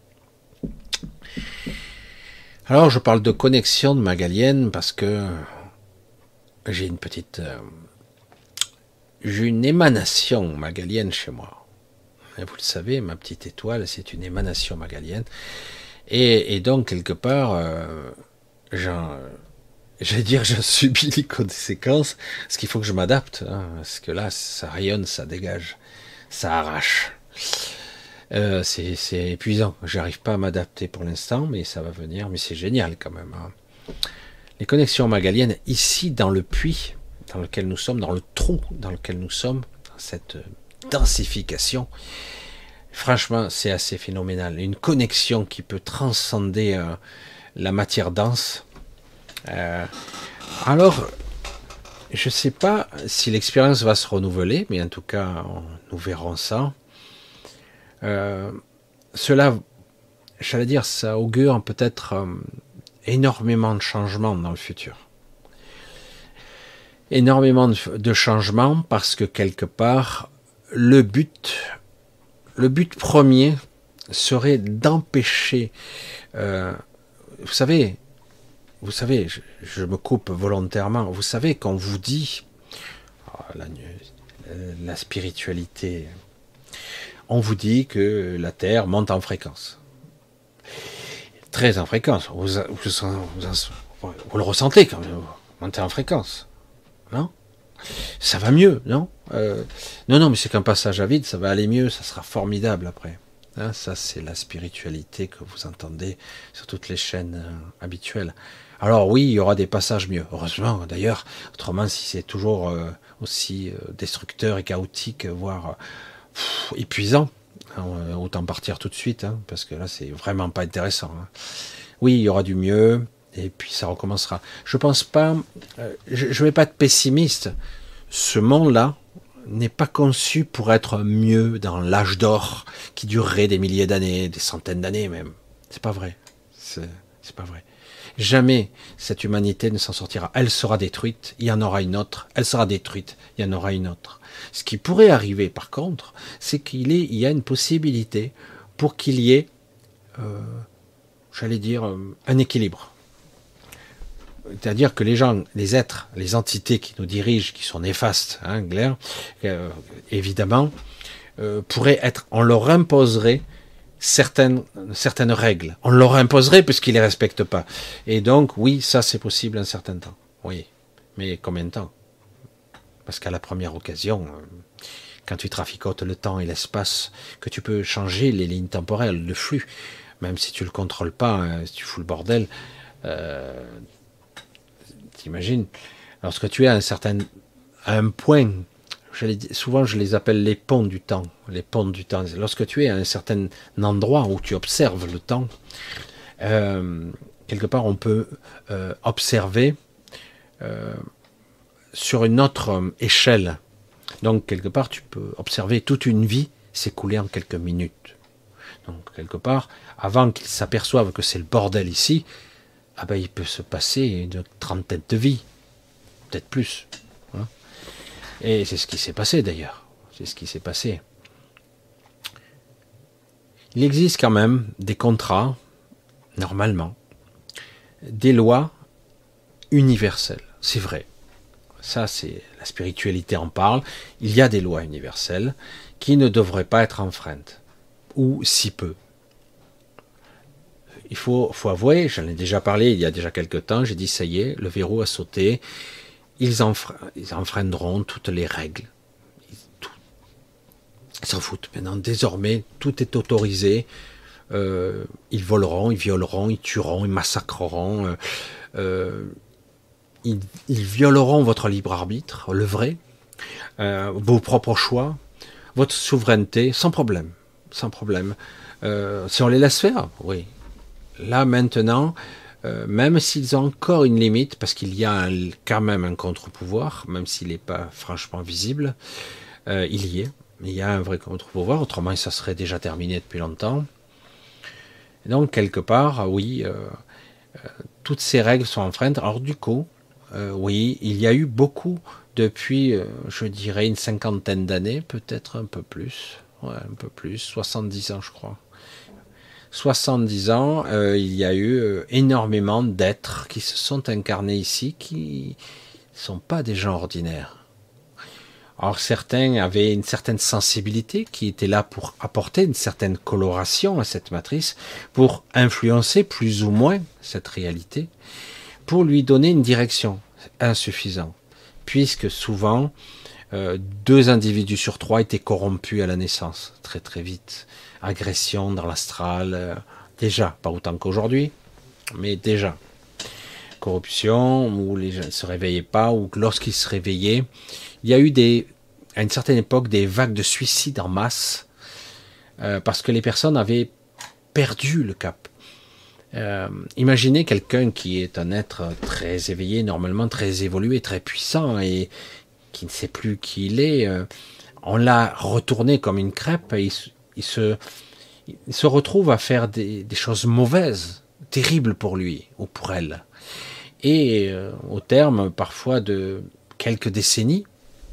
Alors, je parle de connexion de Magalienne parce que j'ai une petite... Euh, J'ai une émanation magalienne chez moi. Vous le savez, ma petite étoile, c'est une émanation magalienne. Et, et donc, quelque part, euh, j'en, j'allais dire, j'en subis les conséquences, parce qu'il faut que je m'adapte. Hein, parce que là, ça rayonne, ça dégage, ça arrache. Euh, c'est, c'est épuisant. J'arrive pas à m'adapter pour l'instant, mais ça va venir. Mais c'est génial quand même. Hein. Les connexions magaliennes, ici, dans le puits, dans lequel nous sommes, dans le trou dans lequel nous sommes, dans cette densification, franchement, c'est assez phénoménal. Une connexion qui peut transcender euh, la matière dense. Euh, alors, je ne sais pas si l'expérience va se renouveler, mais en tout cas, on, nous verrons ça. Euh, cela, j'allais dire, ça augure peut-être euh, énormément de changements dans le futur. Énormément de, de changements parce que quelque part, le but, le but premier serait d'empêcher, euh, vous savez, vous savez, je, je me coupe volontairement, vous savez, quand on vous dit, oh, la, la spiritualité, on vous dit que la Terre monte en fréquence. Très en fréquence. Vous, vous, vous, vous le ressentez quand vous montez en fréquence. Non? Ça va mieux, non? euh, Non, non, mais c'est qu'un passage à vide, ça va aller mieux, ça sera formidable après. Hein, ça, c'est la spiritualité que vous entendez sur toutes les chaînes euh, habituelles. Alors oui, il y aura des passages mieux. Heureusement, d'ailleurs. Autrement, si c'est toujours euh, aussi euh, destructeur et chaotique, voire pff, épuisant, hein, autant partir tout de suite, hein, parce que là, c'est vraiment pas intéressant. Hein. Oui, il y aura du mieux, et puis ça recommencera. Je pense pas, euh, je, je vais pas être pessimiste. Ce monde-là n'est pas conçu pour être mieux dans l'âge d'or qui durerait des milliers d'années, des centaines d'années même. C'est pas vrai. C'est, c'est pas vrai. Jamais cette humanité ne s'en sortira. Elle sera détruite, il y en aura une autre. Elle sera détruite, il y en aura une autre. Ce qui pourrait arriver, par contre, c'est qu'il est, il y a une possibilité pour qu'il y ait, euh, j'allais dire, un équilibre. C'est-à-dire que les gens, les êtres, les entités qui nous dirigent, qui sont néfastes, hein, clair, euh, évidemment, euh, pourraient être, on leur imposerait certaines, certaines règles. On leur imposerait puisqu'ils les respectent pas. Et donc, oui, ça c'est possible un certain temps. Oui. Mais combien de temps? Parce qu'à la première occasion, euh, quand tu traficotes le temps et l'espace, que tu peux changer les lignes temporelles, le flux, même si tu le contrôles pas, hein, si tu fous le bordel, euh, t'imagines, lorsque tu es à un certain, à un point, souvent je les appelle les ponts du temps, les ponts du temps. Lorsque tu es à un certain endroit où tu observes le temps, euh, quelque part on peut euh, observer euh, sur une autre échelle. Donc quelque part tu peux observer toute une vie s'écouler en quelques minutes. Donc quelque part, avant qu'ils s'aperçoivent que c'est le bordel ici, ah ben, il peut se passer une trentaine de vies, peut-être plus. Hein. Et c'est ce qui s'est passé d'ailleurs. C'est ce qui s'est passé. Il existe quand même des contrats, normalement, des lois universelles. C'est vrai. Ça, c'est la spiritualité en parle. Il y a des lois universelles qui ne devraient pas être enfreintes, ou si peu. Il faut, faut avouer, j'en ai déjà parlé il y a déjà quelques temps, j'ai dit ça y est, le verrou a sauté, ils, enfre, ils enfreindront toutes les règles. Ils, tout, ils s'en foutent. Maintenant, désormais, tout est autorisé. Euh, ils voleront, ils violeront, ils tueront, ils massacreront. Euh, euh, ils, ils violeront votre libre arbitre, le vrai, euh, vos propres choix, votre souveraineté, sans problème. Sans problème. Euh, si on les laisse faire, oui. Là, maintenant, euh, même s'ils ont encore une limite, parce qu'il y a un, quand même un contre-pouvoir, même s'il n'est pas franchement visible, euh, il y est. Il y a un vrai contre-pouvoir, autrement ça serait déjà terminé depuis longtemps. Et donc, quelque part, oui, euh, euh, toutes ces règles sont enfreintes. Alors du coup, euh, oui, il y a eu beaucoup depuis, euh, je dirais, une cinquantaine d'années, peut-être un peu plus, ouais, un peu plus, soixante-dix ans, je crois. soixante-dix ans, euh, il y a eu euh, énormément d'êtres qui se sont incarnés ici, qui ne sont pas des gens ordinaires. Alors certains avaient une certaine sensibilité qui était là pour apporter une certaine coloration à cette matrice, pour influencer plus ou moins cette réalité, pour lui donner une direction insuffisante, puisque souvent euh, deux individus sur trois étaient corrompus à la naissance, très très vite. Agression dans l'astral, euh, déjà, pas autant qu'aujourd'hui, mais déjà. Corruption, où les gens ne se réveillaient pas, ou lorsqu'ils se réveillaient, il y a eu des, à une certaine époque des vagues de suicides en masse, euh, parce que les personnes avaient perdu le cap. Euh, imaginez quelqu'un qui est un être très éveillé, normalement très évolué, très puissant, et qui ne sait plus qui il est. Euh, on l'a retourné comme une crêpe, et il, il, se, il se retrouve à faire des, des choses mauvaises, terribles pour lui ou pour elle. Et euh, au terme parfois de quelques décennies,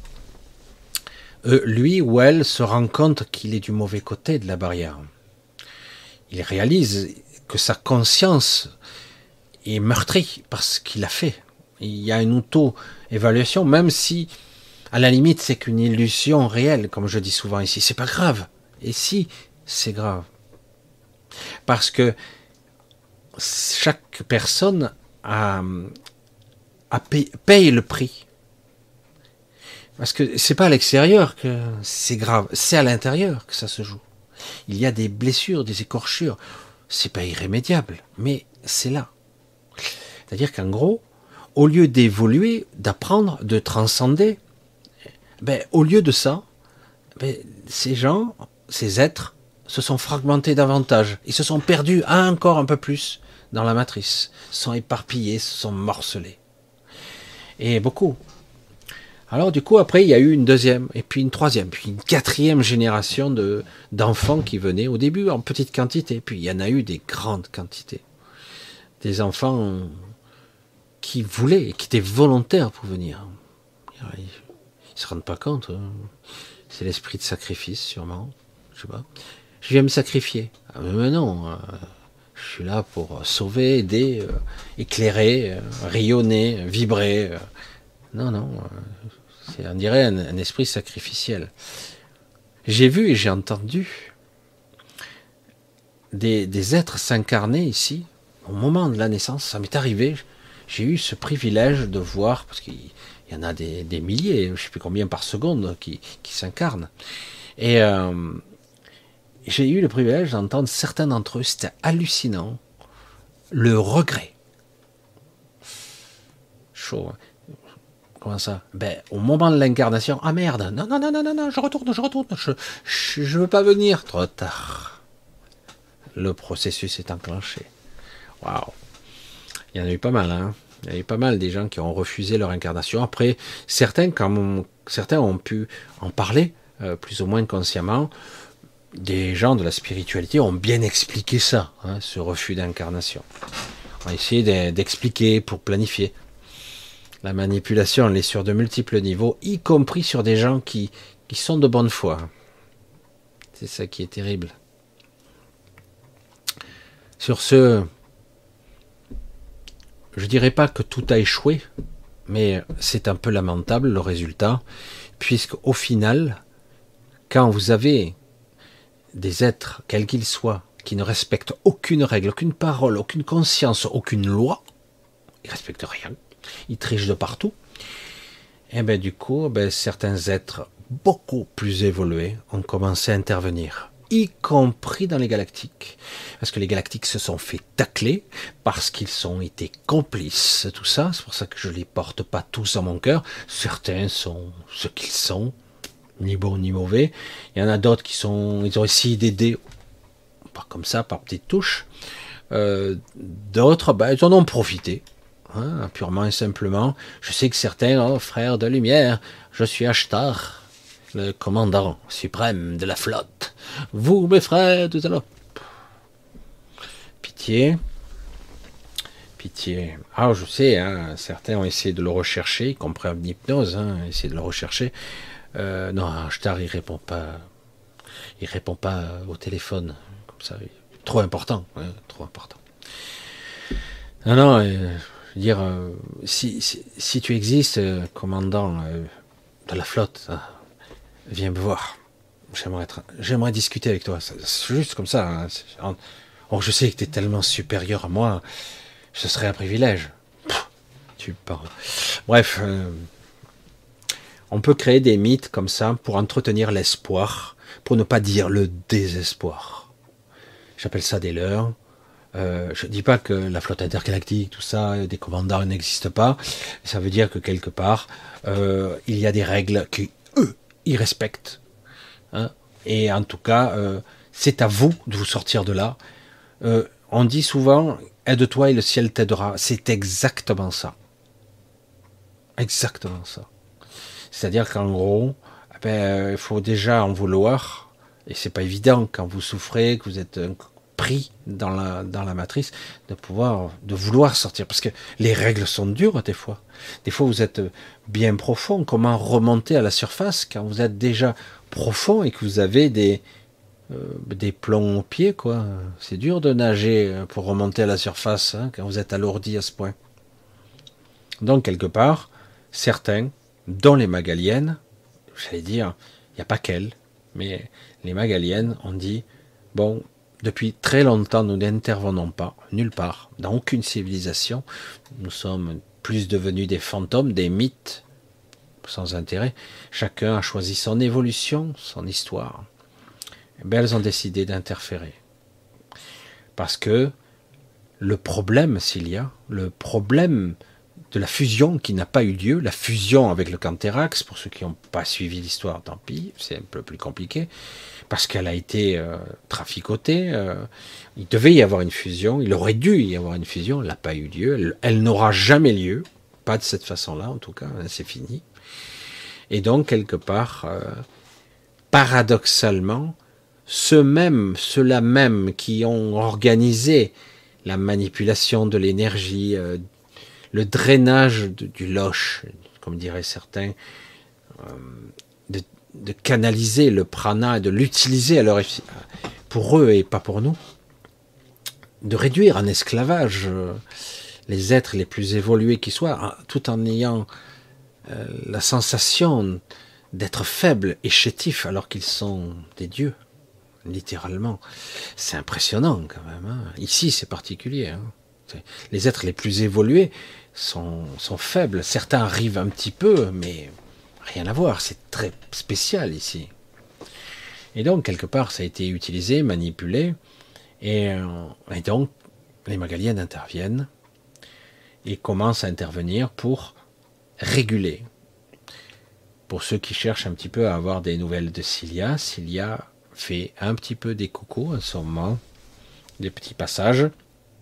euh, lui ou elle se rend compte qu'il est du mauvais côté de la barrière. Il réalise que sa conscience est meurtri par ce qu'il a fait. Il y a une auto-évaluation, même si, à la limite, c'est qu'une illusion réelle, comme je dis souvent ici. C'est pas grave. Et si, c'est grave. Parce que chaque personne a, a paye, paye le prix. Parce que c'est pas à l'extérieur que c'est grave, c'est à l'intérieur que ça se joue. Il y a des blessures, des écorchures. C'est pas irrémédiable, mais c'est là. C'est-à-dire qu'en gros, au lieu d'évoluer, d'apprendre, de transcender, ben, au lieu de ça, ben, ces gens, ces êtres, se sont fragmentés davantage. Ils se sont perdus encore un peu plus dans la matrice, se sont éparpillés, se sont morcelés. Et beaucoup. Alors du coup, après, il y a eu une deuxième, et puis une troisième, puis une quatrième génération de, d'enfants qui venaient, au début en petite quantité, puis il y en a eu des grandes quantités. Des enfants qui voulaient, qui étaient volontaires pour venir. Ils ne se rendent pas compte. Hein. C'est l'esprit de sacrifice, sûrement. Je sais pas. Je viens me sacrifier. Ah, mais non, euh, je suis là pour sauver, aider, euh, éclairer, euh, rayonner, vibrer. Euh. Non, non. Euh, c'est, on dirait un, un esprit sacrificiel. J'ai vu et j'ai entendu des, des êtres s'incarner ici, au moment de la naissance. Ça m'est arrivé. J'ai eu ce privilège de voir, parce qu'il y en a des, des milliers, je ne sais plus combien par seconde, qui, qui s'incarnent. Et euh, j'ai eu le privilège d'entendre certains d'entre eux, c'était hallucinant, le regret. Chaud. Comment ça? Ben, au moment de l'incarnation, ah merde, non, non, non, non, non, non, je retourne, je retourne, je, je, je veux pas venir. Trop tard. Le processus est enclenché. Waouh. Il y en a eu pas mal, hein. Il y a eu pas mal des gens qui ont refusé leur incarnation. Après, certains, quand on, certains ont pu en parler, euh, plus ou moins consciemment. Des gens de la spiritualité ont bien expliqué ça, hein, ce refus d'incarnation. On a essayé d'expliquer pour planifier. La manipulation, elle est sur de multiples niveaux, y compris sur des gens qui, qui sont de bonne foi. C'est ça qui est terrible. Sur ce, je dirais pas que tout a échoué, mais c'est un peu lamentable le résultat, puisque au final, quand vous avez des êtres, quels qu'ils soient, qui ne respectent aucune règle, aucune parole, aucune conscience, aucune loi, ils ne respectent rien, ils trichent de partout, et bien du coup, ben, certains êtres beaucoup plus évolués ont commencé à intervenir, y compris dans les galactiques, parce que les galactiques se sont fait tacler, parce qu'ils ont été complices de tout ça, c'est pour ça que je ne les porte pas tous dans mon cœur, certains sont ce qu'ils sont, ni bon ni mauvais, il y en a d'autres qui sont, ils ont essayé d'aider, pas comme ça, par petites touches, euh, d'autres, ben, ils en ont profité, hein, purement et simplement. Je sais que certains, oh, frères de lumière, je suis Ashtar, le commandant suprême de la flotte, vous mes frères, tout à l'heure, pitié, pitié, ah je sais, hein, certains ont essayé de le rechercher, y compris en hypnose, hein, essayé de le rechercher. Euh, non, Ashtar, il répond pas. Il répond pas au téléphone. Comme ça. Trop important. Ouais, trop important. Non, non, euh, je veux dire, euh, si, si, si tu existes, euh, commandant euh, de la flotte, hein, viens me voir. J'aimerais, être, j'aimerais discuter avec toi. C'est juste comme ça. Hein. Oh, je sais que tu es tellement supérieur à moi. Ce serait un privilège. Pff, tu parles. Bref. Euh, On peut créer des mythes comme ça pour entretenir l'espoir, pour ne pas dire le désespoir. J'appelle ça des leurres. Euh, je ne dis pas que la flotte intergalactique, tout ça, des commandants n'existent pas. Ça veut dire que quelque part, euh, il y a des règles qui, eux, ils respectent. Hein. Et en tout cas, euh, c'est à vous de vous sortir de là. Euh, on dit souvent, aide-toi et le ciel t'aidera. C'est exactement ça. Exactement ça. C'est-à-dire qu'en gros, ben, il faut déjà en vouloir, et c'est pas évident quand vous souffrez, que vous êtes pris dans la, dans la matrice, de pouvoir, de vouloir sortir, parce que les règles sont dures des fois. Des fois vous êtes bien profond, comment remonter à la surface quand vous êtes déjà profond et que vous avez des, euh, des plombs aux pieds, quoi. C'est dur de nager pour remonter à la surface hein, quand vous êtes alourdi à ce point. Donc, quelque part, certains, dont les Magaliennes, j'allais dire, il n'y a pas qu'elles, mais les Magaliennes ont dit, bon, depuis très longtemps, nous n'intervenons pas, nulle part, dans aucune civilisation. Nous sommes plus devenus des fantômes, des mythes, sans intérêt. Chacun a choisi son évolution, son histoire. Et bien, elles ont décidé d'interférer. Parce que le problème, s'il y a, le problème de la fusion qui n'a pas eu lieu, la fusion avec le Canthérax, pour ceux qui n'ont pas suivi l'histoire, tant pis, c'est un peu plus compliqué, parce qu'elle a été euh, traficotée, euh, il devait y avoir une fusion, il aurait dû y avoir une fusion, elle n'a pas eu lieu, elle, elle n'aura jamais lieu, pas de cette façon-là en tout cas, c'est fini. Et donc, quelque part, euh, paradoxalement, ceux mêmes, ceux-là même qui ont organisé la manipulation de l'énergie, euh, le drainage de, du loche, comme diraient certains, euh, de, de canaliser le prana et de l'utiliser à leur effi- pour eux et pas pour nous, de réduire en esclavage euh, les êtres les plus évolués qui soient, tout en ayant euh, la sensation d'être faibles et chétifs alors qu'ils sont des dieux, littéralement. C'est impressionnant quand même. Hein. Ici, c'est particulier. Hein. Les êtres les plus évolués sont, sont faibles. Certains arrivent un petit peu, mais rien à voir. C'est très spécial ici. Et donc, quelque part, ça a été utilisé, manipulé. Et, et donc, les Magaliennes interviennent et commencent à intervenir pour réguler. Pour ceux qui cherchent un petit peu à avoir des nouvelles de Cilia, Cilia fait un petit peu des coucous en ce moment, des petits passages.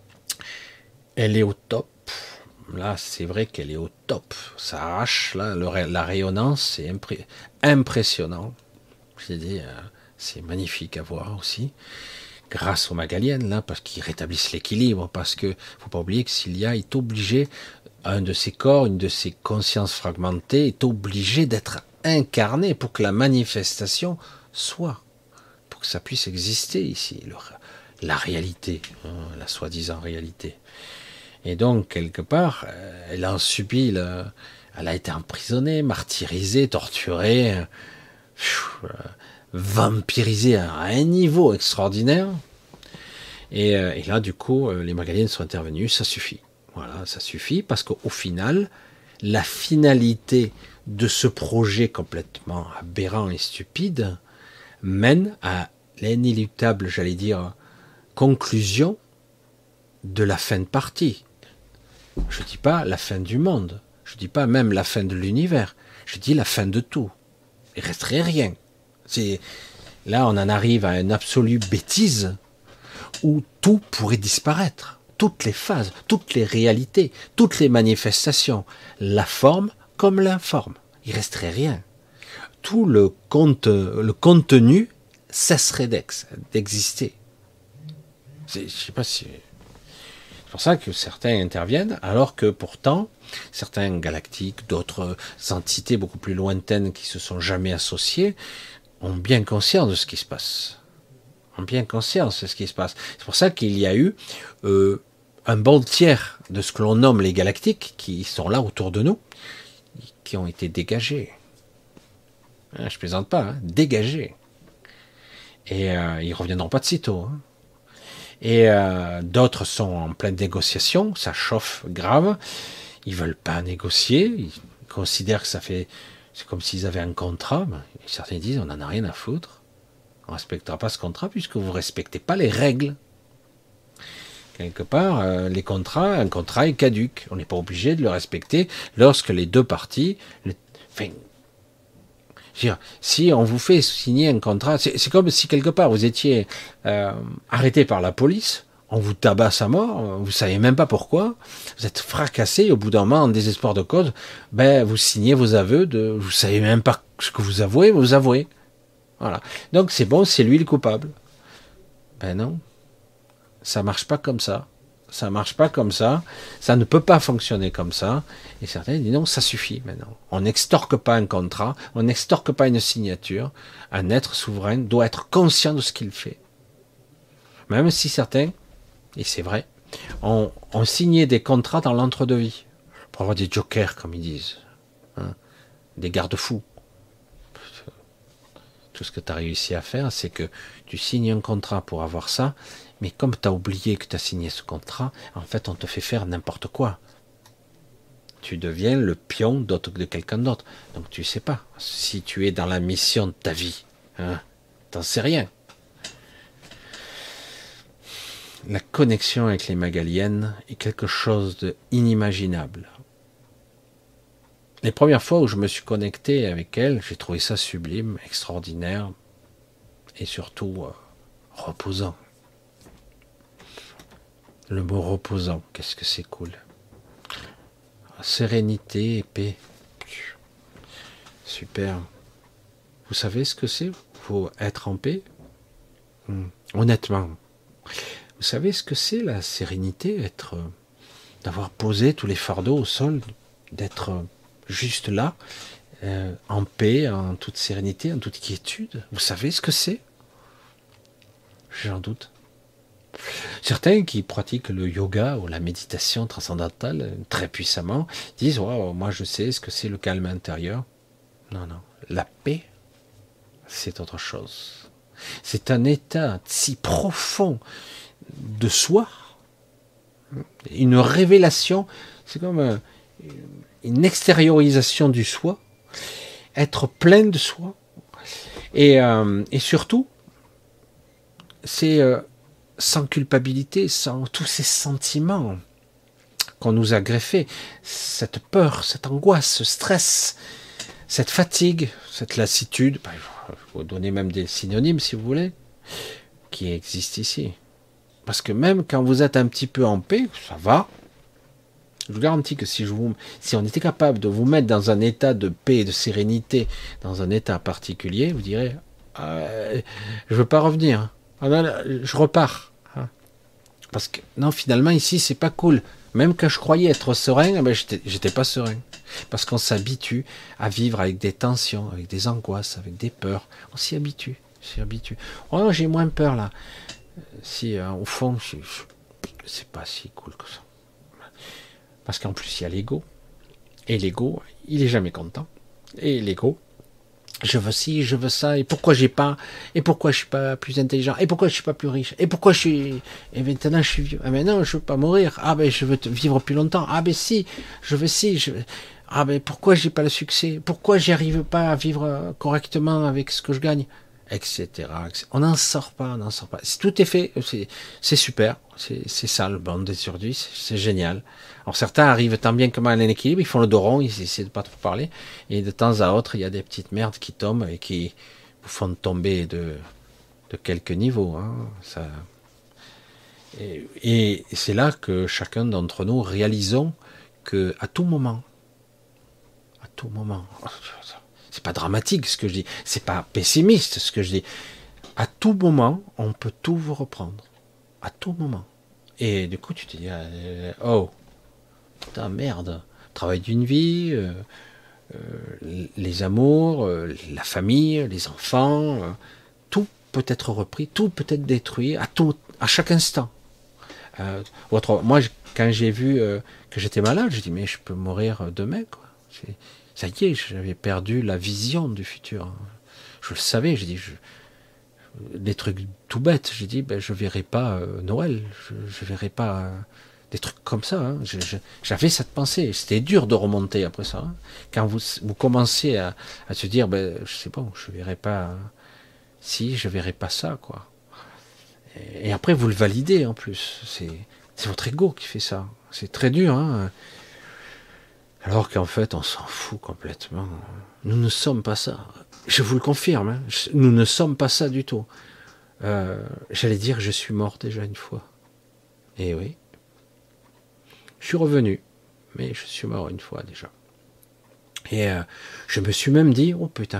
Elle est au top. Là, c'est vrai qu'elle est au top. Ça arrache, là, le, la rayonnance, c'est impré impressionnant. J'ai dit, euh, c'est magnifique à voir aussi. Grâce aux Magaliennes, là, parce qu'ils rétablissent l'équilibre, parce que faut pas oublier que Cilia est obligé, un de ses corps, une de ses consciences fragmentées, est obligé d'être incarné pour que la manifestation soit, pour que ça puisse exister ici, le, la réalité, hein, la soi-disant réalité. Et donc, quelque part, elle a subi, le, elle a été emprisonnée, martyrisée, torturée, euh, vampirisée à un niveau extraordinaire. Et, et là, du coup, les Magaliennes sont intervenues, ça suffit. Voilà, ça suffit, parce qu'au final, la finalité de ce projet complètement aberrant et stupide mène à l'inéluctable, j'allais dire, conclusion de la fin de partie. Je ne dis pas la fin du monde, je ne dis pas même la fin de l'univers, je dis la fin de tout. Il ne resterait rien. C'est... Là, on en arrive à une absolue bêtise où tout pourrait disparaître. Toutes les phases, toutes les réalités, toutes les manifestations, la forme comme l'informe. Il ne resterait rien. Tout le, compte, le contenu cesserait d'exister. Je ne sais pas si... C'est pour ça que certains interviennent, alors que pourtant, certains galactiques, d'autres entités beaucoup plus lointaines qui se sont jamais associées, ont bien conscience de ce qui se passe. Ont bien conscience de ce qui se passe. C'est pour ça qu'il y a eu euh, un bon tiers de ce que l'on nomme les galactiques, qui sont là autour de nous, qui ont été dégagés. Hein, je plaisante pas, hein, dégagés. Et euh, ils ne reviendront pas de sitôt. Hein. Et euh, d'autres sont en pleine négociation, ça chauffe grave, ils veulent pas négocier, ils considèrent que ça fait, c'est comme s'ils avaient un contrat, ben, certains disent on n'en a rien à foutre, on ne respectera pas ce contrat puisque vous ne respectez pas les règles. Quelque part, euh, les contrats, un contrat est caduque, on n'est pas obligé de le respecter lorsque les deux parties, le, enfin, dire, si on vous fait signer un contrat, c'est comme si quelque part vous étiez euh, arrêté par la police, on vous tabasse à mort, vous savez même pas pourquoi, vous êtes fracassé, au bout d'un moment, en désespoir de cause, ben vous signez vos aveux, de, vous savez même pas ce que vous avouez, vous avouez. Voilà. Donc c'est bon, c'est lui le coupable. Ben non, ça marche pas comme ça. ça marche pas comme ça, ça ne peut pas fonctionner comme ça. Et certains disent non, ça suffit maintenant. On n'extorque pas un contrat, on n'extorque pas une signature. Un être souverain doit être conscient de ce qu'il fait. Même si certains, et c'est vrai, ont, ont signé des contrats dans l'entre-deux-vie, pour avoir des jokers, comme ils disent, hein, des garde-fous. Tout ce que tu as réussi à faire, c'est que tu signes un contrat pour avoir ça, mais comme tu as oublié que tu as signé ce contrat, en fait, on te fait faire n'importe quoi. Tu deviens le pion d'autre de quelqu'un d'autre. Donc tu sais pas si tu es dans la mission de ta vie. Hein, t'en sais rien. La connexion avec les Magaliennes est quelque chose d'inimaginable. Les premières fois où je me suis connecté avec elles, j'ai trouvé ça sublime, extraordinaire et surtout euh, reposant. Le mot reposant, qu'est-ce que c'est cool. Sérénité et paix. Super. Vous savez ce que c'est? Faut être en paix. Hum. Honnêtement. Vous savez ce que c'est la sérénité? Être, euh, d'avoir posé tous les fardeaux au sol, d'être euh, juste là, euh, en paix, en toute sérénité, en toute quiétude. Vous savez ce que c'est? J'en doute. Certains qui pratiquent le yoga ou la méditation transcendantale très puissamment disent wow, moi je sais ce que c'est le calme intérieur. Non, non. La paix, c'est autre chose. C'est un état si profond de soi, une révélation, c'est comme une extériorisation du soi, être plein de soi, et, euh, et surtout, c'est euh, sans culpabilité, sans tous ces sentiments qu'on nous a greffés, cette peur, cette angoisse, ce stress, cette fatigue, cette lassitude, ben, je vais vous donner même des synonymes si vous voulez, qui existent ici. Parce que même quand vous êtes un petit peu en paix, ça va. Je vous garantis que si, je vous, si on était capable de vous mettre dans un état de paix, de sérénité, dans un état particulier, vous direz, euh, je veux pas revenir. Ah non, je repars. Parce que non, finalement ici c'est pas cool. Même quand je croyais être serein, eh ben, j'étais, j'étais pas serein. Parce qu'on s'habitue à vivre avec des tensions, avec des angoisses, avec des peurs. On s'y habitue, on s'y habitue. Oh non, j'ai moins peur là. Si euh, au fond, je, je, c'est pas si cool que ça. Parce qu'en plus il y a l'ego. Et l'ego, il est jamais content. Et l'ego, je veux ci, je veux ça, et pourquoi j'ai pas, et pourquoi je suis pas plus intelligent, et pourquoi je suis pas plus riche, et pourquoi je suis, et maintenant je suis vieux, ah ben non, je veux pas mourir, ah ben je veux vivre plus longtemps, ah ben si, je veux si, je, ah ben pourquoi j'ai pas le succès, pourquoi j'y arrive pas à vivre correctement avec ce que je gagne, et cetera. On n'en sort pas, on n'en sort pas. Si tout est fait, c'est, c'est super, c'est, c'est ça le monde des surdits, c'est, c'est génial. Alors certains arrivent tant bien que mal à un équilibre, ils font le dos rond, ils essaient de pas trop parler, et de temps à autre, il y a des petites merdes qui tombent et qui vous font tomber de, de quelques niveaux. Hein. Ça... Et, et c'est là que chacun d'entre nous réalisons que à tout moment, à tout moment, c'est pas dramatique ce que je dis, c'est pas pessimiste ce que je dis. À tout moment, on peut tout vous reprendre. À tout moment. Et du coup, tu te dis, euh, oh, putain, merde, travail d'une vie, euh, euh, les amours, euh, la famille, les enfants, euh, tout peut être repris, tout peut être détruit à tout, à chaque instant. Euh, autre, moi, quand j'ai vu euh, que j'étais malade, j'ai dit, mais je peux mourir demain, quoi. C'est, ça y est, j'avais perdu la vision du futur. Je le savais, j'ai dit, je, des trucs tout bêtes, j'ai dit, ben, je verrai pas euh, Noël, je, je verrai pas euh, des trucs comme ça. Hein. Je, je, j'avais cette pensée, c'était dur de remonter après ça. Hein. Quand vous, vous commencez à, à se dire, ben, je sais pas, je verrai pas, euh, si, je verrai pas ça, quoi. Et, et après, vous le validez en plus. C'est, c'est votre ego qui fait ça. C'est très dur, hein. Alors qu'en fait, on s'en fout complètement. Nous ne sommes pas ça. Je vous le confirme, hein. Nous ne sommes pas ça du tout. Euh, j'allais dire, je suis mort déjà une fois. Et oui. Je suis revenu, mais je suis mort une fois déjà. Et euh, je me suis même dit, oh putain,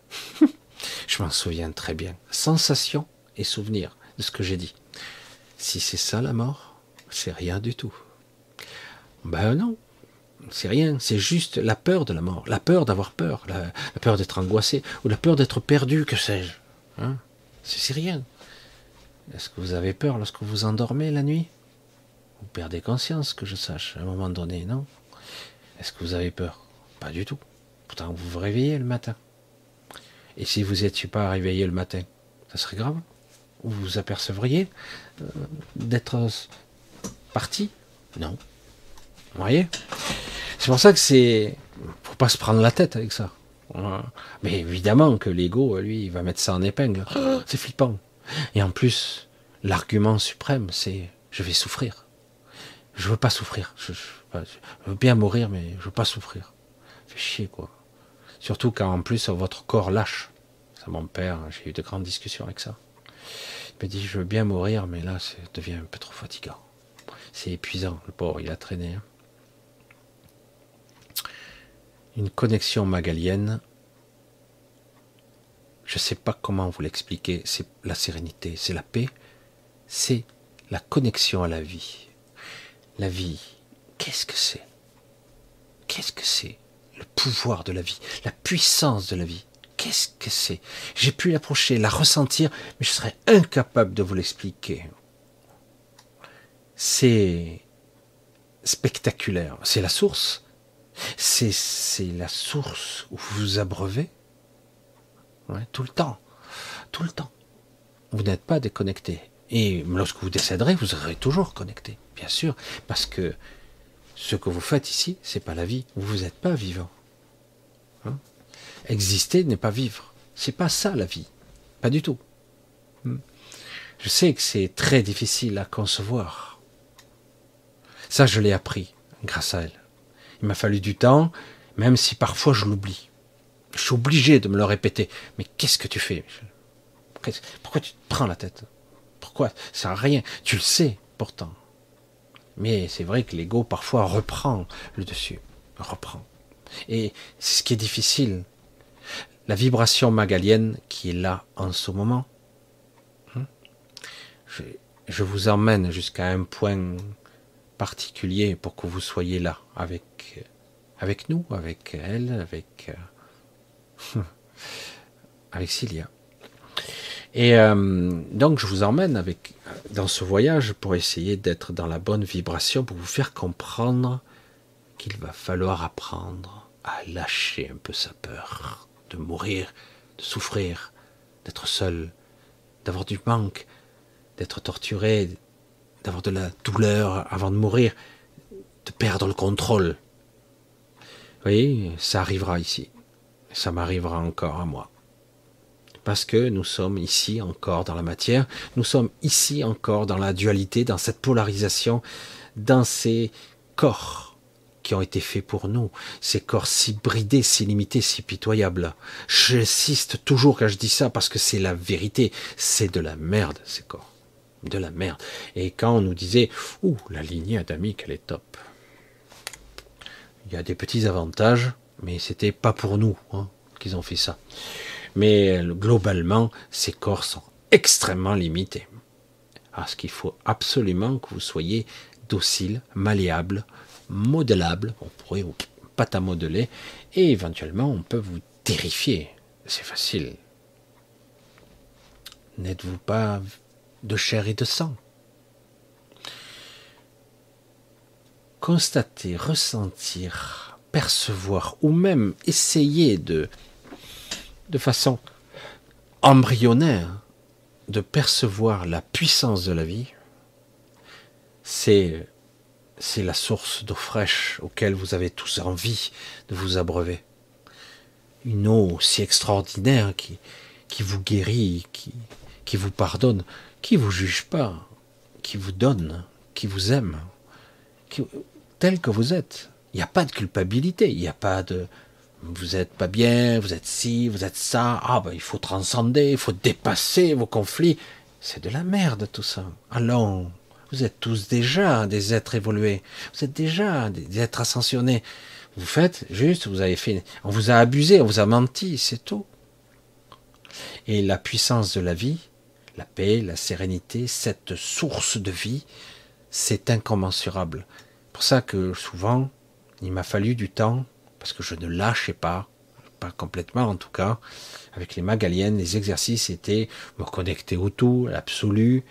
je m'en souviens très bien. Sensation et souvenir de ce que j'ai dit. Si c'est ça la mort, C'est rien du tout. Ben non, c'est rien. C'est juste la peur de la mort, la peur d'avoir peur, la, la peur d'être angoissé, ou la peur d'être perdu, que sais-je. Hein, c'est rien. Est-ce que vous avez peur lorsque vous endormez la nuit? Vous perdez conscience, que je sache, à un moment donné, non? Est-ce que vous avez peur? Pas du tout. Pourtant, vous vous réveillez le matin. Et si vous n'étiez pas réveillé le matin, ça serait grave? Vous vous apercevriez euh, d'être parti? Non. Vous voyez? C'est pour ça que c'est... faut pas se prendre la tête avec ça. Mais évidemment que l'ego, lui, il va mettre ça en épingle. C'est flippant. Et en plus, l'argument suprême, c'est je vais souffrir. Je veux pas souffrir. Je, je, je veux bien mourir, mais je veux pas souffrir. Ça fait chier, quoi. Surtout quand en plus votre corps lâche. Ça, mon père, j'ai eu de grandes discussions avec ça. Il me dit je veux bien mourir, mais là, ça devient un peu trop fatigant. C'est épuisant, le pauvre, il a traîné. Hein. Une connexion magalienne, je ne sais pas comment vous l'expliquer, c'est la sérénité, c'est la paix, c'est la connexion à la vie. La vie, qu'est-ce que c'est? Qu'est-ce que c'est? Le pouvoir de la vie, la puissance de la vie, qu'est-ce que c'est? J'ai pu l'approcher, la ressentir, mais je serais incapable de vous l'expliquer. C'est spectaculaire, c'est la source. C'est, c'est la source où vous vous abreuvez, ouais, tout le temps, tout le temps. Vous n'êtes pas déconnecté. Et lorsque vous décéderez, vous serez toujours connecté, bien sûr, parce que ce que vous faites ici, c'est pas la vie. Vous n'êtes pas vivant. Hein? Exister n'est pas vivre. C'est pas ça la vie, pas du tout. Je sais que c'est très difficile à concevoir. Ça, je l'ai appris grâce à elle. Il m'a fallu du temps, même si parfois je l'oublie. Je suis obligé de me le répéter. Mais qu'est-ce que tu fais? Pourquoi tu te prends la tête? Pourquoi? Ça sert à rien. Tu le sais, pourtant. Mais c'est vrai que l'ego, parfois, reprend le dessus. Reprend. Et c'est ce qui est difficile. La vibration magalienne qui est là en ce moment, je, je vous emmène jusqu'à un point particulier pour que vous soyez là avec avec nous, avec elle, avec euh, avec Cilia. Et euh, donc je vous emmène avec dans ce voyage pour essayer d'être dans la bonne vibration, pour vous faire comprendre qu'il va falloir apprendre à lâcher un peu sa peur de mourir, de souffrir, d'être seul, d'avoir du manque, d'être torturé, d'avoir de la douleur avant de mourir, de perdre le contrôle. Vous voyez, ça arrivera ici. Ça m'arrivera encore à moi. Parce que nous sommes ici encore dans la matière, nous sommes ici encore dans la dualité, dans cette polarisation, dans ces corps qui ont été faits pour nous, ces corps si bridés, si limités, si pitoyables. J'insiste toujours quand je dis ça parce que c'est la vérité, c'est de la merde ces corps. De la merde. Et quand on nous disait « Ouh, la lignée adamique, elle est top », il y a des petits avantages, mais c'était pas pour nous hein, qu'ils ont fait ça. Mais globalement, ces corps sont extrêmement limités. Alors, ce qu'il faut absolument que vous soyez docile, malléable, modélable, on pourrait vous pâte à modeler, et éventuellement on peut vous terrifier. C'est facile. N'êtes-vous pas de chair et de sang? Constater, ressentir, percevoir, ou même essayer de, de façon embryonnaire, de percevoir la puissance de la vie, c'est, c'est la source d'eau fraîche auquel vous avez tous envie de vous abreuver. Une eau si extraordinaire qui, qui vous guérit, qui, qui vous pardonne, qui vous juge pas, qui vous donne, qui vous aime, qui, tel que vous êtes. Il n'y a pas de culpabilité, il n'y a pas de vous êtes pas bien, vous êtes ci, vous êtes ça, ah ben il faut transcender, il faut dépasser vos conflits. C'est de la merde tout ça. Allons, vous êtes tous déjà des êtres évolués, vous êtes déjà des êtres ascensionnés. Vous faites juste, vous avez fait, on vous a abusé, on vous a menti, c'est tout. Et la puissance de la vie, la paix, la sérénité, cette source de vie, c'est incommensurable. C'est pour ça que souvent, il m'a fallu du temps, parce que je ne lâchais pas, pas complètement en tout cas. Avec les Magaliennes, les exercices étaient me connecter au tout, à l'absolu.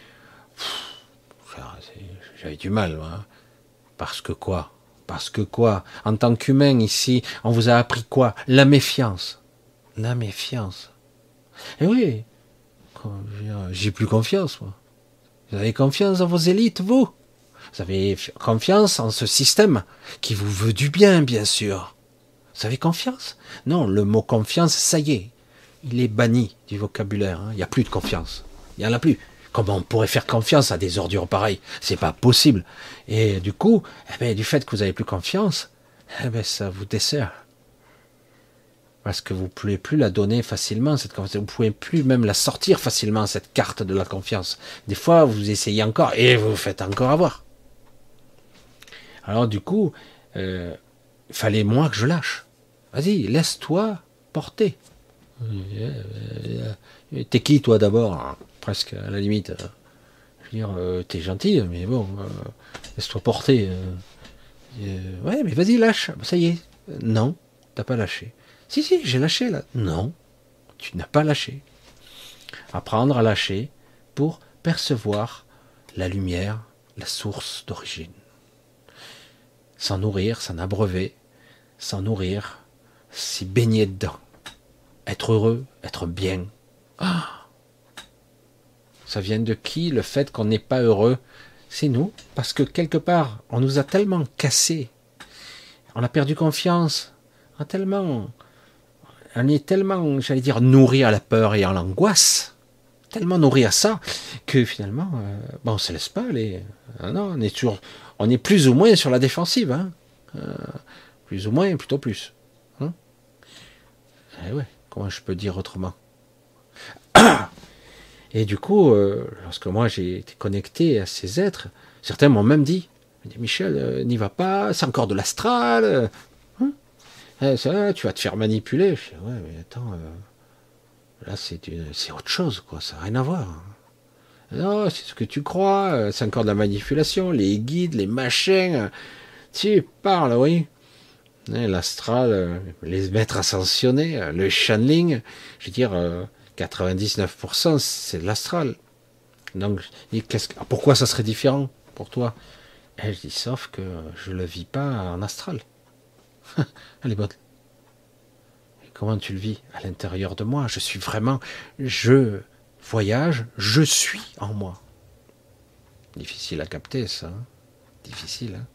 J'avais du mal, hein. Parce que quoi Parce que quoi En tant qu'humain ici, on vous a appris quoi La méfiance. La méfiance. Et oui, j'ai plus confiance, moi. Vous avez confiance dans vos élites, vous Vous avez confiance en ce système qui vous veut du bien, bien sûr. Vous avez confiance Non, le mot confiance, ça y est, il est banni du vocabulaire. Hein. Il n'y a plus de confiance. Il n'y en a plus. Comment on pourrait faire confiance à des ordures pareilles? C'est pas possible. Et du coup, eh bien, du fait que vous n'avez plus confiance, eh bien, ça vous dessert. Parce que vous ne pouvez plus la donner facilement, cette confiance. Vous ne pouvez plus même la sortir facilement, cette carte de la confiance. Des fois, vous essayez encore et vous vous faites encore avoir. Alors du coup, euh, il fallait moi que je lâche. Vas-y, laisse-toi porter. T'es qui toi d'abord? Presque à la limite. Je veux dire, euh, t'es gentil, mais bon, euh, laisse-toi porter. Euh, euh, ouais, mais vas-y, lâche. Ça y est. Non, t'as pas lâché. Si, si, j'ai lâché là. Non, tu n'as pas lâché. Apprendre à lâcher pour percevoir la lumière, la source d'origine. S'en nourrir, s'en abreuver, s'en nourrir, s'y baigner dedans. Être heureux, être bien. Ah, ça vient de qui le fait qu'on n'est pas heureux? C'est nous, parce que quelque part, on nous a tellement cassés, on a perdu confiance, on a tellement, on est tellement, j'allais dire, nourri à la peur et à l'angoisse, tellement nourri à ça, que finalement, euh, bon, on se laisse pas aller. Ah non, on est toujours, on est plus ou moins sur la défensive, hein. Euh, plus ou moins, plutôt plus. Hein. Eh ouais. Comment je peux dire autrement? Et du coup, euh, lorsque moi j'ai été connecté à ces êtres, certains m'ont même dit, Michel, euh, n'y va pas, c'est encore de l'astral, euh, hein eh, ça, tu vas te faire manipuler. Je dis, ouais, mais attends, euh, là c'est, c'est autre chose, quoi, ça n'a rien à voir. Non, c'est ce que tu crois, c'est encore de la manipulation, les guides, les machins, tu parles, oui. L'astral, les maîtres ascensionnés, le channeling, je veux dire, quatre-vingt-dix-neuf pour cent c'est de l'astral. Donc, qu'est-ce que, pourquoi ça serait différent pour toi? Et je dis, sauf que je le vis pas en astral. Elle est bonne. Et comment tu le vis? À l'intérieur de moi. Je suis vraiment, je voyage, je suis en moi. Difficile à capter ça. Hein. Difficile, hein.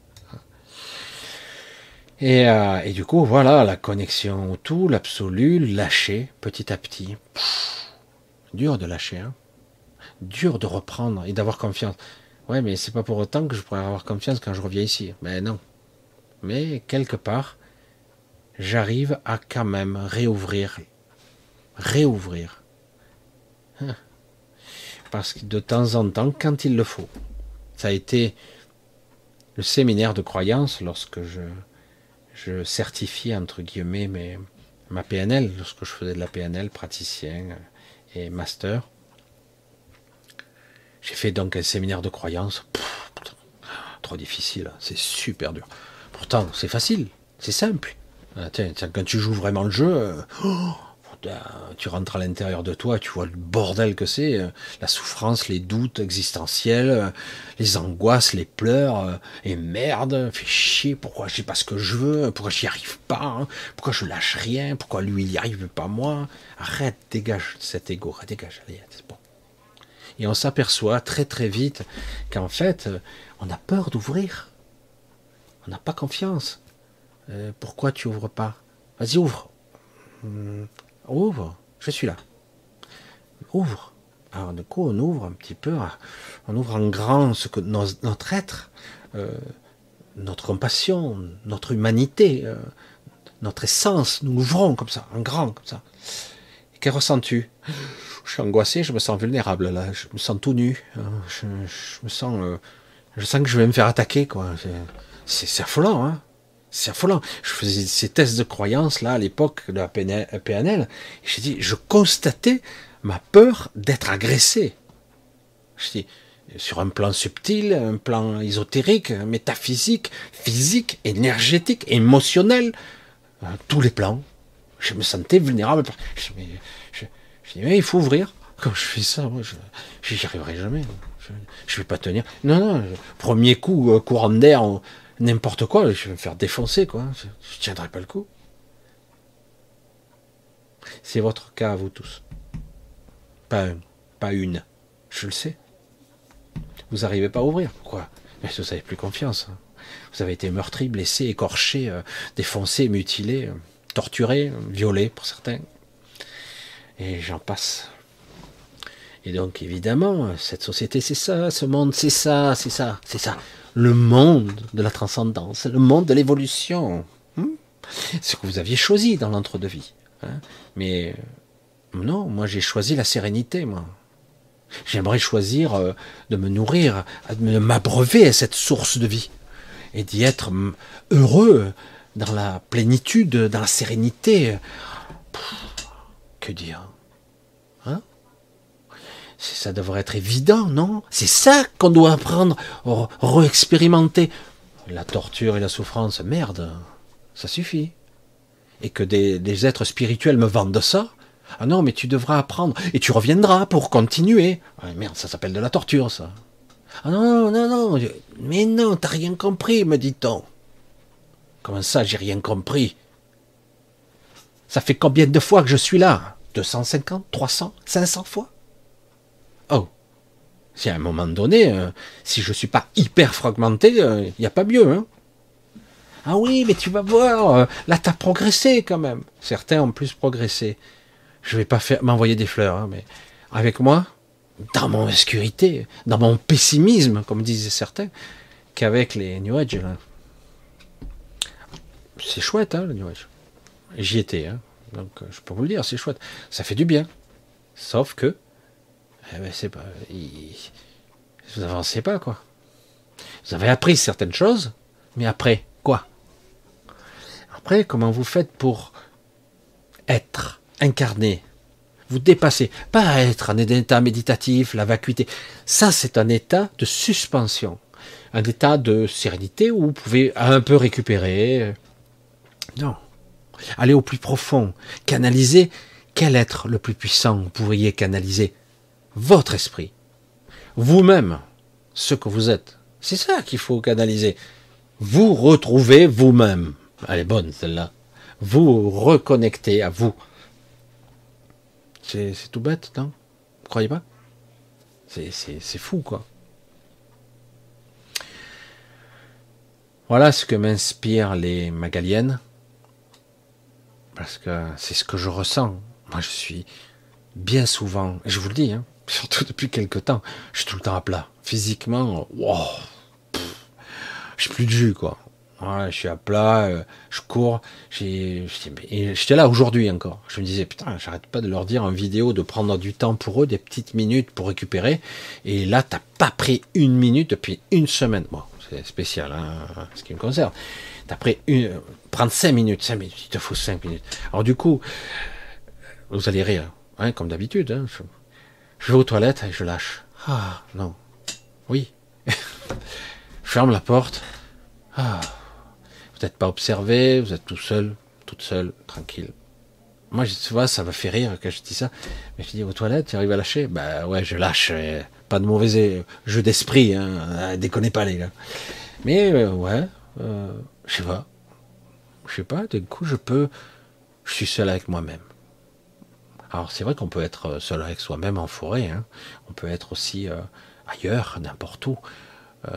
Et, euh, et du coup, voilà, la connexion au tout, l'absolu, lâcher petit à petit. Pff, dur de lâcher, hein. Dur de reprendre et d'avoir confiance. Ouais, mais c'est pas pour autant que je pourrais avoir confiance quand je reviens ici. Ben non. Mais quelque part, j'arrive à quand même réouvrir. Réouvrir. Hein. Parce que de temps en temps, quand il le faut. Ça a été le séminaire de croyance lorsque je... je certifiais entre guillemets mes, ma P N L, lorsque je faisais de la P N L, praticien et master. J'ai fait donc un séminaire de croyance. Pff, putain, trop difficile, c'est super dur. Pourtant, c'est facile, c'est simple. Ah, tiens, quand tu joues vraiment le jeu, oh, tu rentres à l'intérieur de toi, tu vois le bordel que c'est, la souffrance, les doutes existentiels, les angoisses, les pleurs, et merde, fait chier, pourquoi je sais pas ce que je veux, pourquoi j'y arrive pas, hein, pourquoi je lâche rien, pourquoi lui il y arrive pas moi, arrête, dégage cet ego, dégage, allez, c'est bon. Et on s'aperçoit très très vite qu'en fait, on a peur d'ouvrir, on n'a pas confiance. Euh, pourquoi tu ouvres pas? Vas-y, ouvre. Hum. Ouvre, je suis là. Ouvre. Alors du coup, on ouvre un petit peu, on ouvre en grand ce que nos, notre être, euh, notre compassion, notre humanité, euh, notre essence. Nous ouvrons comme ça, en grand comme ça. Et que ressens-tu? Je suis angoissé, je me sens vulnérable là, je me sens tout nu, je, je me sens, euh, je sens que je vais me faire attaquer quoi. C'est, c'est affolant, hein. C'est affolant. Je faisais ces tests de croyance là à l'époque de la P N L. Et j'ai dit, je constatais ma peur d'être agressé. Je dis, sur un plan subtil, un plan ésotérique, métaphysique, physique, énergétique, émotionnel, euh, tous les plans. Je me sentais vulnérable. Je, mais, je, je dis, mais il faut ouvrir. Quand je fais ça, moi, je j'y arriverai jamais. Je, je vais pas tenir. Non, non, je, premier coup, euh, courant d'air, n'importe quoi, je vais me faire défoncer, quoi. Je, je tiendrai pas le coup. C'est votre cas à vous tous. Pas un, pas une. Je le sais. Vous n'arrivez pas à ouvrir. Pourquoi? Parce que vous n'avez plus confiance. Vous avez été meurtri, blessé, écorché, euh, défoncé, mutilé, euh, torturé, euh, violé pour certains. Et j'en passe. Et donc, évidemment, cette société, c'est ça, ce monde, c'est ça, c'est ça, c'est ça. Le monde de la transcendance, le monde de l'évolution. Hum, c'est ce que vous aviez choisi dans l'entre-deux-vie. Hein. Mais non, moi j'ai choisi la sérénité, moi. J'aimerais choisir euh, de me nourrir, de m'abreuver à cette source de vie. Et d'y être heureux, dans la plénitude, dans la sérénité. Pff, que dire? Hein? Ça devrait être évident, non? C'est ça qu'on doit apprendre, re-expérimenter. La torture et la souffrance, merde, ça suffit. Et que des, des êtres spirituels me vendent ça? Ah non, mais tu devras apprendre, et tu reviendras pour continuer. Ah merde, ça s'appelle de la torture, ça. Ah non, non, non, mais non, t'as rien compris, me dit-on. Comment ça, j'ai rien compris? Ça fait combien de fois que je suis là? deux cent cinquante, trois cents, cinq cents fois? Oh, si à un moment donné, euh, si je suis pas hyper fragmenté, il euh, n'y a pas mieux, hein. Ah oui, mais tu vas voir, euh, là t'as progressé quand même. Certains ont plus progressé. Je vais pas faire m'envoyer des fleurs, hein, mais avec moi, dans mon obscurité, dans mon pessimisme, comme disaient certains, qu'avec les New Age. Là. C'est chouette, hein, le New Age. J'y étais, hein, donc je peux vous le dire, c'est chouette. Ça fait du bien. Sauf que, eh ben, c'est pas, il, vous avancez pas, quoi. Vous avez appris certaines choses, mais après, quoi? Après, comment vous faites pour être, incarner, vous dépasser, pas être en état méditatif, la vacuité. Ça, c'est un état de suspension, un état de sérénité où vous pouvez un peu récupérer. Non. Aller au plus profond, canaliser. Quel être le plus puissant vous pourriez canaliser? Votre esprit. Vous-même, ce que vous êtes. C'est ça qu'il faut canaliser. Vous retrouvez vous-même. Elle est bonne, celle-là. Vous reconnectez à vous. C'est, c'est tout bête, non? Vous croyez pas? C'est, c'est, c'est fou, quoi. Voilà ce que m'inspirent les Magaliennes. Parce que c'est ce que je ressens. Moi, je suis bien souvent, et je vous le dis, hein, surtout depuis quelque temps, je suis tout le temps à plat. Physiquement, wow, j'ai plus de jus, quoi. Ouais, je suis à plat, euh, je cours, j'ai, et j'étais là aujourd'hui encore. Je me disais, putain, j'arrête pas de leur dire en vidéo de prendre du temps pour eux, des petites minutes pour récupérer. Et là, t'as pas pris une minute depuis une semaine. Bon, c'est spécial, hein, ce qui me concerne. T'as pris une, prendre cinq minutes, cinq minutes, il te faut cinq minutes. Alors du coup, vous allez rire, hein, comme d'habitude. Hein, je, je vais aux toilettes et je lâche. Ah, non. Oui. Je ferme la porte. Ah. Vous n'êtes pas observé, vous êtes tout seul, toute seule, tranquille. Moi, tu vois, ça me fait rire quand je dis ça. Mais je dis, aux toilettes, tu arrives à lâcher? Bah ouais, je lâche. Pas de mauvais jeu d'esprit, hein. Déconnez pas, les gars. Mais euh, ouais, euh, je sais pas. Je sais pas, d'un coup, je peux... Je suis seul avec moi-même. Alors, c'est vrai qu'on peut être seul avec soi-même en forêt. Hein. On peut être aussi euh, ailleurs, n'importe où. Euh,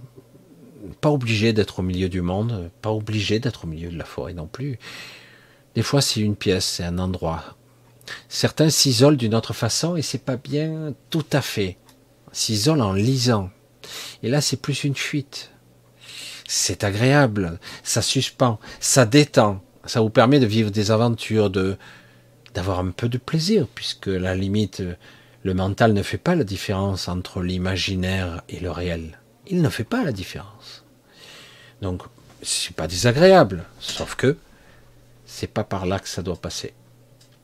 pas obligé d'être au milieu du monde, pas obligé d'être au milieu de la forêt non plus. Des fois, c'est une pièce, c'est un endroit. Certains s'isolent d'une autre façon et c'est pas bien tout à fait. S'isolent en lisant. Et là, c'est plus une fuite. C'est agréable, ça suspend, ça détend, ça vous permet de vivre des aventures, de d'avoir un peu de plaisir, puisque à la limite, le mental ne fait pas la différence entre l'imaginaire et le réel. Il ne fait pas la différence. Donc, c'est pas désagréable, sauf que c'est pas par là que ça doit passer.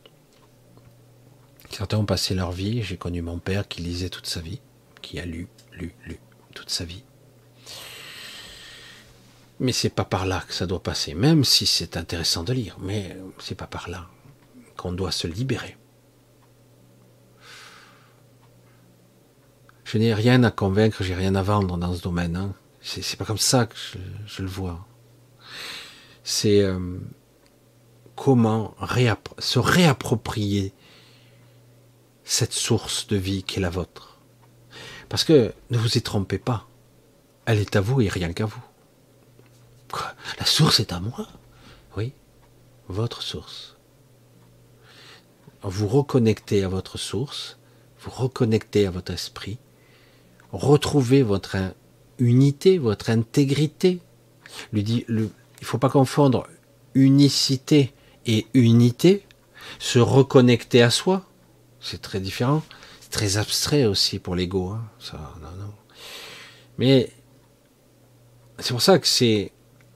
Certains ont passé leur vie, j'ai connu mon père qui lisait toute sa vie, qui a lu, lu, lu, toute sa vie. Mais c'est pas par là que ça doit passer, même si c'est intéressant de lire, mais c'est pas par là qu'on doit se libérer. Je n'ai rien à convaincre, j'ai rien à vendre dans ce domaine. Hein. C'est, c'est pas comme ça que je, je le vois. C'est euh, comment réappro- se réapproprier cette source de vie qui est la vôtre. Parce que ne vous y trompez pas, elle est à vous et rien qu'à vous. Quoi ? La source est à moi ? Oui, votre source. Vous reconnectez à votre source, vous reconnectez à votre esprit, retrouvez votre unité, votre intégrité. Le, le, il ne faut pas confondre unicité et unité. Se reconnecter à soi, c'est très différent. C'est très abstrait aussi pour l'ego. Hein. Ça, non, non. Mais c'est pour ça que c'est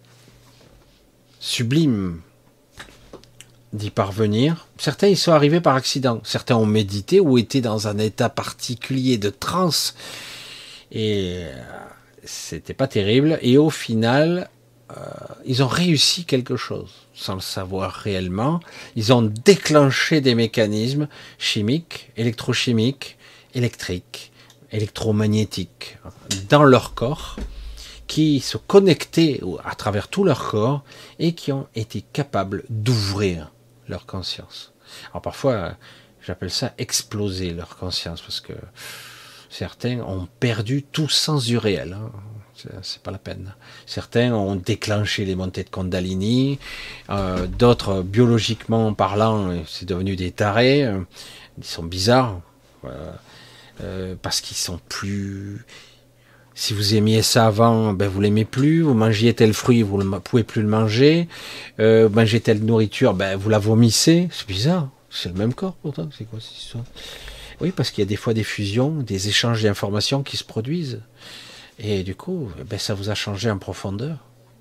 sublime d'y parvenir. Certains y sont arrivés par accident. Certains ont médité ou étaient dans un état particulier de transe. Et c'était pas terrible. Et au final, euh, ils ont réussi quelque chose, sans le savoir réellement. Ils ont déclenché des mécanismes chimiques, électrochimiques, électriques, électromagnétiques dans leur corps, qui se connectaient à travers tout leur corps et qui ont été capables d'ouvrir leur conscience. Alors parfois, j'appelle ça exploser leur conscience, parce que certains ont perdu tout sens du réel. Hein. C'est, c'est pas la peine. Certains ont déclenché les montées de Kundalini, euh, d'autres, biologiquement parlant, c'est devenu des tarés. Euh, ils sont bizarres, euh, euh, parce qu'ils sont plus... Si vous aimiez ça avant, ben vous l'aimez plus. Vous mangiez tel fruit, vous ne pouvez plus le manger. Euh, vous mangez telle nourriture, ben vous la vomissez. C'est bizarre. C'est le même corps pourtant. C'est quoi cette histoire ? Oui, parce qu'il y a des fois des fusions, des échanges d'informations qui se produisent. Et du coup, ben ça vous a changé en profondeur.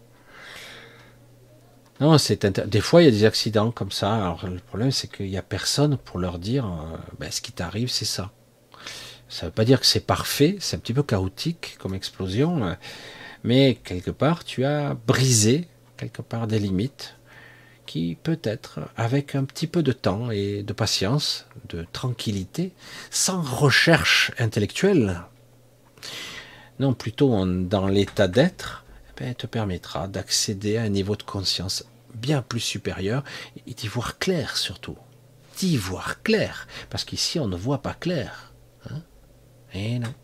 Non, c'est inter... des fois il y a des accidents comme ça. Alors le problème c'est qu'il n'y a personne pour leur dire, euh, ben, ce qui t'arrive c'est ça. Ça ne veut pas dire que c'est parfait, c'est un petit peu chaotique comme explosion, mais quelque part tu as brisé quelque part des limites qui peut-être, avec un petit peu de temps et de patience, de tranquillité, sans recherche intellectuelle, non plutôt dans l'état d'être, eh bien, te permettra d'accéder à un niveau de conscience bien plus supérieur et d'y voir clair surtout. D'y voir clair, parce qu'ici on ne voit pas clair. Hein. Et non.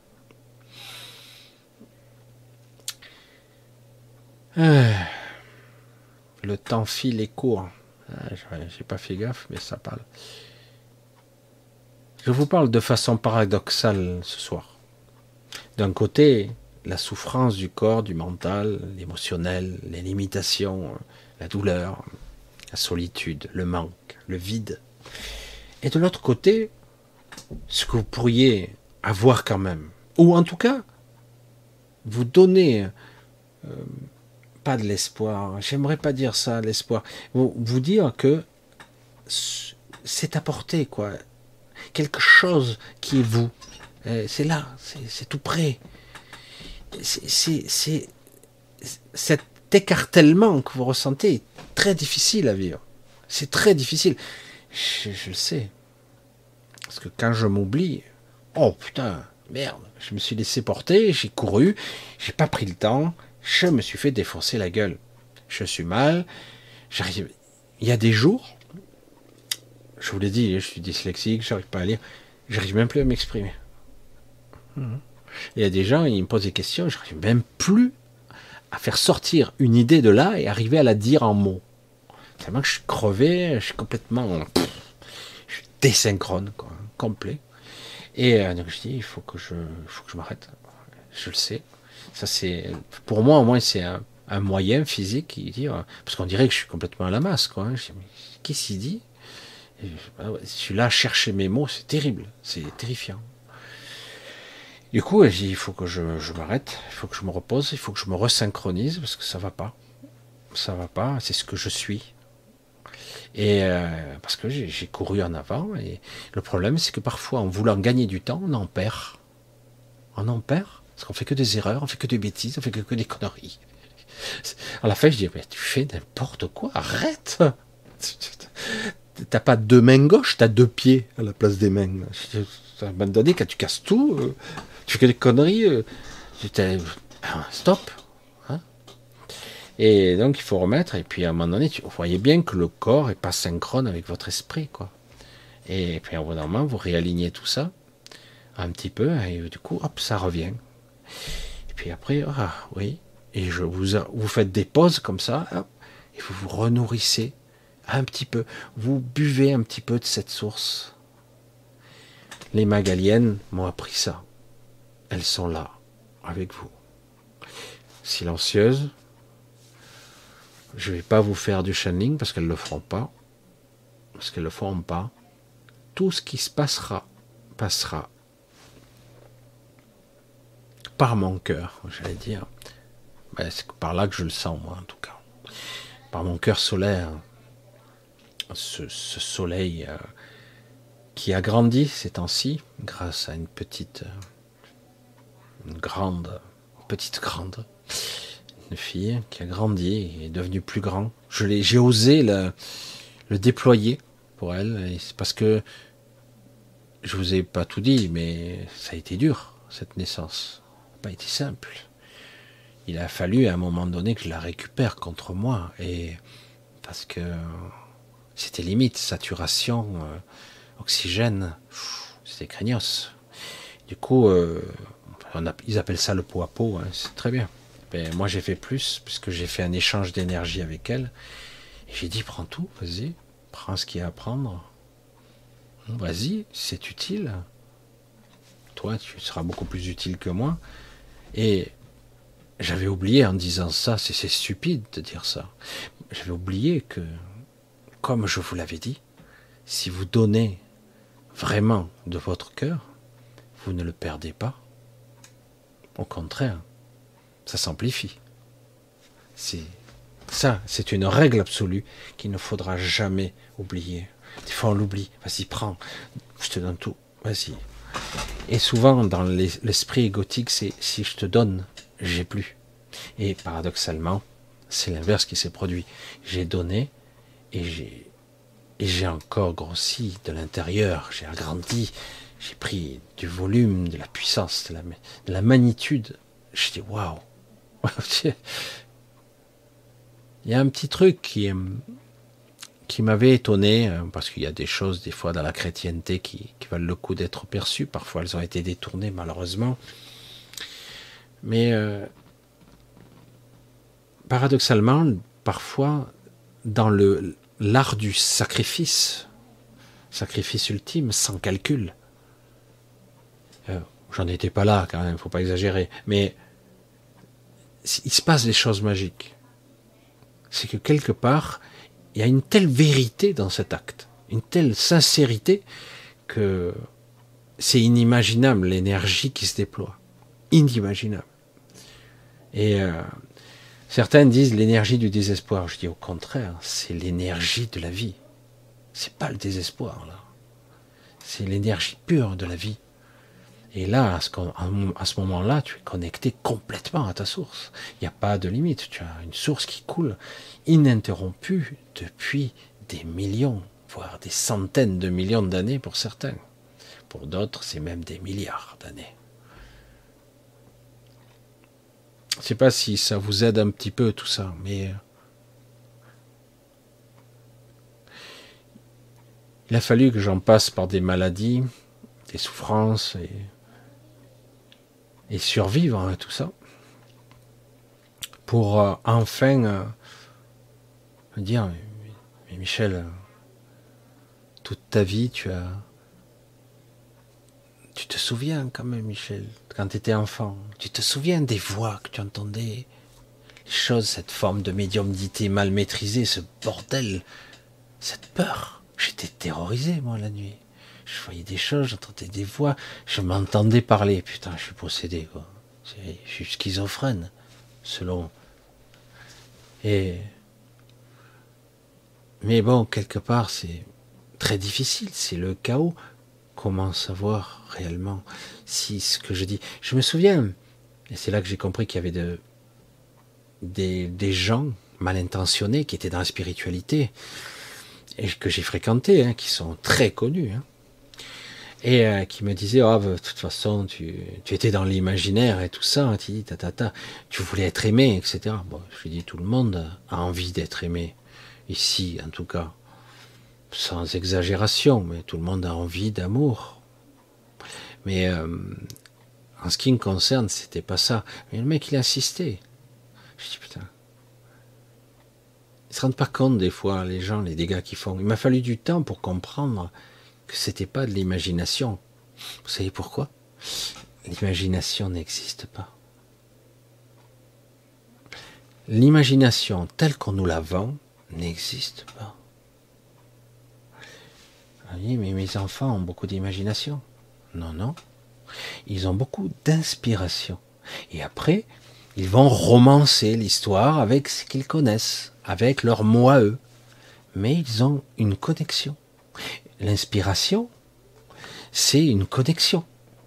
Euh, le temps file et court. Ah, j'ai pas fait gaffe, mais ça parle. Je vous parle de façon paradoxale ce soir. D'un côté, la souffrance du corps, du mental, l'émotionnel, les limitations, la douleur, la solitude, le manque, le vide. Et de l'autre côté, ce que vous pourriez avoir quand même, ou en tout cas vous donner euh, pas de l'espoir, j'aimerais pas dire ça, l'espoir, vous, vous dire que c'est à portée, quoi, quelque chose qui est vous, c'est là, c'est, c'est tout près, c'est, c'est, c'est cet écartèlement que vous ressentez est très difficile à vivre, c'est très difficile, je, je le sais, parce que quand je m'oublie, oh putain, merde, je me suis laissé porter, j'ai couru, j'ai pas pris le temps, je me suis fait défoncer la gueule. Je suis mal, j'arrive. Il y a des jours, je vous l'ai dit, je suis dyslexique, j'arrive pas à lire, j'arrive même plus à m'exprimer. Il y a des gens, ils me posent des questions, j'arrive même plus à faire sortir une idée de là et arriver à la dire en mots. Tellement que je suis crevé, je suis complètement, pff, je suis désynchrone, quoi, complet. Et euh, donc je dis, il faut que je, il faut que je m'arrête. Je le sais. Ça c'est, pour moi au moins c'est un, un moyen physique qui dit, parce qu'on dirait que je suis complètement à la masse, quoi. Je dis, mais qu'est-ce qu'il dit ? Et je, je suis là à chercher mes mots, c'est terrible, c'est terrifiant. Du coup, je dis, il faut que je, je m'arrête, il faut que je me repose, il faut que je me resynchronise parce que ça va pas, ça va pas, c'est ce que je suis. Et euh, parce que j'ai, j'ai couru en avant et le problème c'est que parfois en voulant gagner du temps on en perd On en perd, parce qu'on fait que des erreurs, on fait que des bêtises, on fait que, que des conneries. À la fin, je dis, mais tu fais n'importe quoi, arrête. T'as pas deux mains gauches, t'as deux pieds à la place des mains. À un moment donné, quand tu casses tout, euh, tu fais que des conneries. Euh, stop. Hein. Et donc, il faut remettre. Et puis, à un moment donné, tu, vous voyez bien que le corps est pas synchrone avec votre esprit, quoi. Et puis, au bout d'un moment, vous réalignez tout ça un petit peu, et du coup, hop, ça revient. Et puis après, ah oui, et je vous, vous faites des pauses comme ça, hop, et vous vous renourrissez un petit peu. Vous buvez un petit peu de cette source. Les Magaliennes m'ont appris ça. Elles sont là, avec vous. Silencieuses. Je ne vais pas vous faire du channeling parce qu'elles ne le feront pas. Parce qu'elles ne le feront pas. Tout ce qui se passera, passera par mon cœur, j'allais dire. Ben, c'est par là que je le sens, moi, en tout cas. Par mon cœur solaire. Ce, ce soleil euh, qui a grandi ces temps-ci, grâce à une petite, euh, une grande, petite grande, une fille qui a grandi et est devenue plus grand. Je l'ai, j'ai osé le, le déployer pour elle, et c'est parce que je vous ai pas tout dit, mais ça a été dur, cette naissance. Ça n'a pas été simple. Il a fallu à un moment donné que je la récupère contre moi, et parce que c'était limite, saturation, euh, oxygène, c'était craignos. Du coup, euh, on a, ils appellent ça le pot à pot, hein, c'est très bien. Mais moi j'ai fait plus, puisque j'ai fait un échange d'énergie avec elle. Et j'ai dit, prends tout, vas-y, prends ce qu'il y a à prendre. Vas-y, c'est utile. Toi, tu seras beaucoup plus utile que moi. Et j'avais oublié en disant ça, c'est, c'est stupide de dire ça. J'avais oublié que, comme je vous l'avais dit, si vous donnez vraiment de votre cœur, vous ne le perdez pas. Au contraire, ça s'amplifie. C'est ça, c'est une règle absolue qu'il ne faudra jamais oublier. Des fois on l'oublie. Vas-y, prends. Je te donne tout. Vas-y. Et souvent dans l'esprit égotique, c'est si je te donne, j'ai plus. Et paradoxalement, c'est l'inverse qui s'est produit. J'ai donné et j'ai et j'ai encore grossi de l'intérieur. J'ai agrandi. J'ai pris du volume, de la puissance, de la, de la magnitude. Je dis waouh. Il y a un petit truc qui, qui m'avait étonné, parce qu'il y a des choses, des fois, dans la chrétienté qui, qui valent le coup d'être perçues. Parfois, elles ont été détournées, malheureusement. Mais, euh, paradoxalement, parfois, dans le, l'art du sacrifice, sacrifice ultime, sans calcul, euh, j'en étais pas là, quand même, faut pas exagérer, mais il se passe des choses magiques. C'est que quelque part, il y a une telle vérité dans cet acte, une telle sincérité, que c'est inimaginable l'énergie qui se déploie. Inimaginable. Et euh, certains disent l'énergie du désespoir. Je dis au contraire, c'est l'énergie de la vie. C'est pas le désespoir, là. C'est l'énergie pure de la vie. Et là, à ce, à ce moment-là, tu es connecté complètement à ta source. Il n'y a pas de limite. Tu as une source qui coule ininterrompue depuis des millions, voire des centaines de millions d'années pour certains. Pour d'autres, c'est même des milliards d'années. Je ne sais pas si ça vous aide un petit peu tout ça, mais il a fallu que j'en passe par des maladies, des souffrances et et survivre à tout ça, pour euh, enfin euh, me dire, mais, mais Michel, euh, toute ta vie, tu as, tu te souviens quand même, Michel, quand tu étais enfant, tu te souviens des voix que tu entendais, les choses, cette forme de médiumnité mal maîtrisée, ce bordel, cette peur. J'étais terrorisé, moi, la nuit. Je voyais des choses, j'entendais des voix, je m'entendais parler. Putain, je suis possédé, quoi. Je suis schizophrène, selon. Et. Mais bon, quelque part, c'est très difficile, c'est le chaos. comment savoir réellement si ce que je dis... Je me souviens, et c'est là que j'ai compris qu'il y avait de, des, des gens mal intentionnés qui étaient dans la spiritualité, et que j'ai fréquenté, hein, qui sont très connus, hein, et euh, qui me disaient, oh, de toute façon, tu, tu étais dans l'imaginaire et tout ça, tu, ta, ta, ta, tu voulais être aimé, et cetera. Bon, je lui dis, tout le monde a envie d'être aimé, ici en tout cas, sans exagération, mais tout le monde a envie d'amour. Mais euh, en ce qui me concerne, c'était pas ça. Mais le mec, il a insisté. Je dis, putain, ils se rendent pas compte des fois, les gens, les dégâts qu'ils font. Il m'a fallu du temps pour comprendre que c'était pas de l'imagination. Vous savez pourquoi? L'imagination n'existe pas. L'imagination telle qu'on nous la vend n'existe pas. Ah oui, mais mes enfants ont beaucoup d'imagination. Non, non. Ils ont beaucoup d'inspiration. Et après, ils vont romancer l'histoire avec ce qu'ils connaissent, avec leurs mots à eux. Mais ils ont une connexion. L'inspiration, c'est une connexion.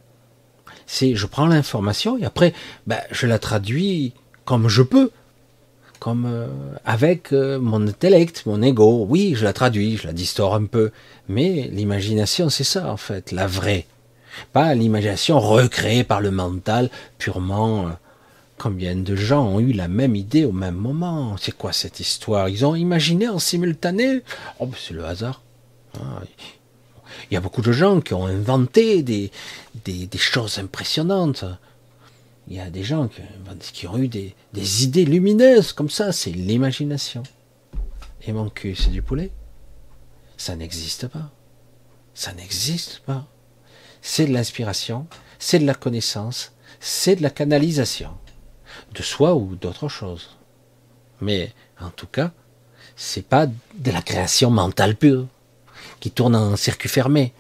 C'est, je prends l'information et après, ben, je la traduis comme je peux, comme euh, avec euh, mon intellect, mon ego. Oui, je la traduis, je la distore un peu. Mais l'imagination, c'est ça en fait, la vraie. Pas l'imagination recréée par le mental, purement... Euh, combien de gens ont eu la même idée au même moment? C'est quoi cette histoire? Ils ont imaginé en simultané? Oh, ben c'est le hasard. Ah, il y a beaucoup de gens qui ont inventé des, des, des choses impressionnantes. Il y a des gens qui, qui ont eu des, des idées lumineuses, comme ça, c'est l'imagination. Et mon cul, c'est du poulet? Ça n'existe pas. Ça n'existe pas. C'est de l'inspiration, c'est de la connaissance, c'est de la canalisation. De soi ou d'autre chose. Mais, en tout cas, c'est pas de la création mentale pure, qui tourne en circuit fermé.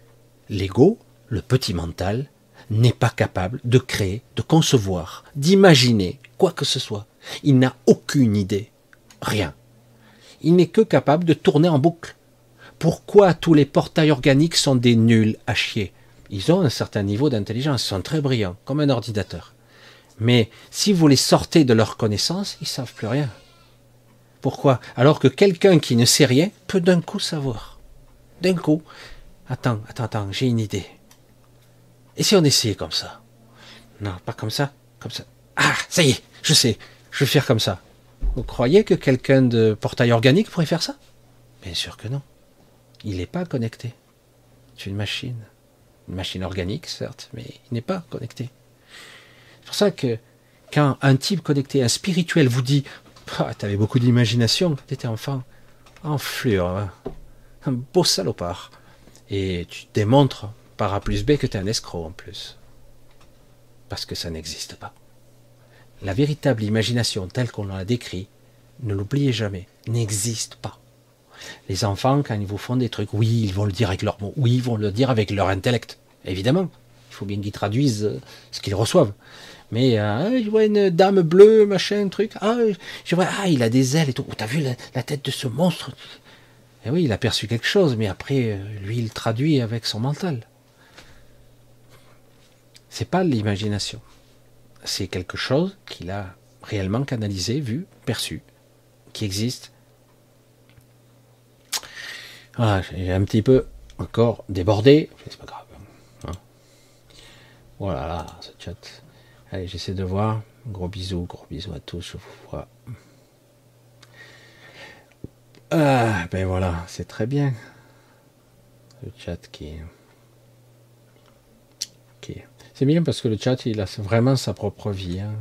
L'ego, le petit mental, n'est pas capable de créer, de concevoir, d'imaginer quoi que ce soit. Il n'a aucune idée. Rien. Il n'est que capable de tourner en boucle. Pourquoi tous les portails organiques sont des nuls à chier? Ils ont un certain niveau d'intelligence, ils sont très brillants, comme un ordinateur. Mais si vous les sortez de leur connaissance, ils ne savent plus rien. Pourquoi? Alors que quelqu'un qui ne sait rien peut d'un coup savoir. D'un coup. Attends, attends, attends, j'ai une idée. Et si on essayait comme ça? Non, pas comme ça, comme ça. Ah, ça y est, je sais, je vais faire comme ça. Vous croyez que quelqu'un de portail organique pourrait faire ça? Bien sûr que non. Il n'est pas connecté. C'est une machine. Une machine organique, certes, mais il n'est pas connecté. C'est pour ça que quand un type connecté, un spirituel vous dit ah, « tu avais beaucoup d'imagination quand tu étais enfant, enflure, hein, un beau salopard », et tu démontres par A plus B que tu es un escroc en plus. Parce que ça n'existe pas. La véritable imagination telle qu'on l'a décrit, ne l'oubliez jamais, n'existe pas. Les enfants, quand ils vous font des trucs, oui, ils vont le dire avec leurs mots, oui, ils vont le dire avec leur intellect, évidemment. Il faut bien qu'ils traduisent ce qu'ils reçoivent. Mais euh, je vois une dame bleue, machin, truc. Ah, je vois, ah, il a des ailes et tout. Oh, t'as vu la, la tête de ce monstre? Et oui, il a perçu quelque chose, mais après, lui, il traduit avec son mental. C'est pas l'imagination. C'est quelque chose qu'il a réellement canalisé, vu, perçu, qui existe. Voilà, j'ai un petit peu encore débordé, mais c'est pas grave. Hein. Voilà, là, ce chat. Allez, j'essaie de voir. Gros bisous, gros bisous à tous, je vous vois. Ah, ben voilà, c'est très bien. Le chat qui... qui... C'est bien parce que le chat, il a vraiment sa propre vie. Hein.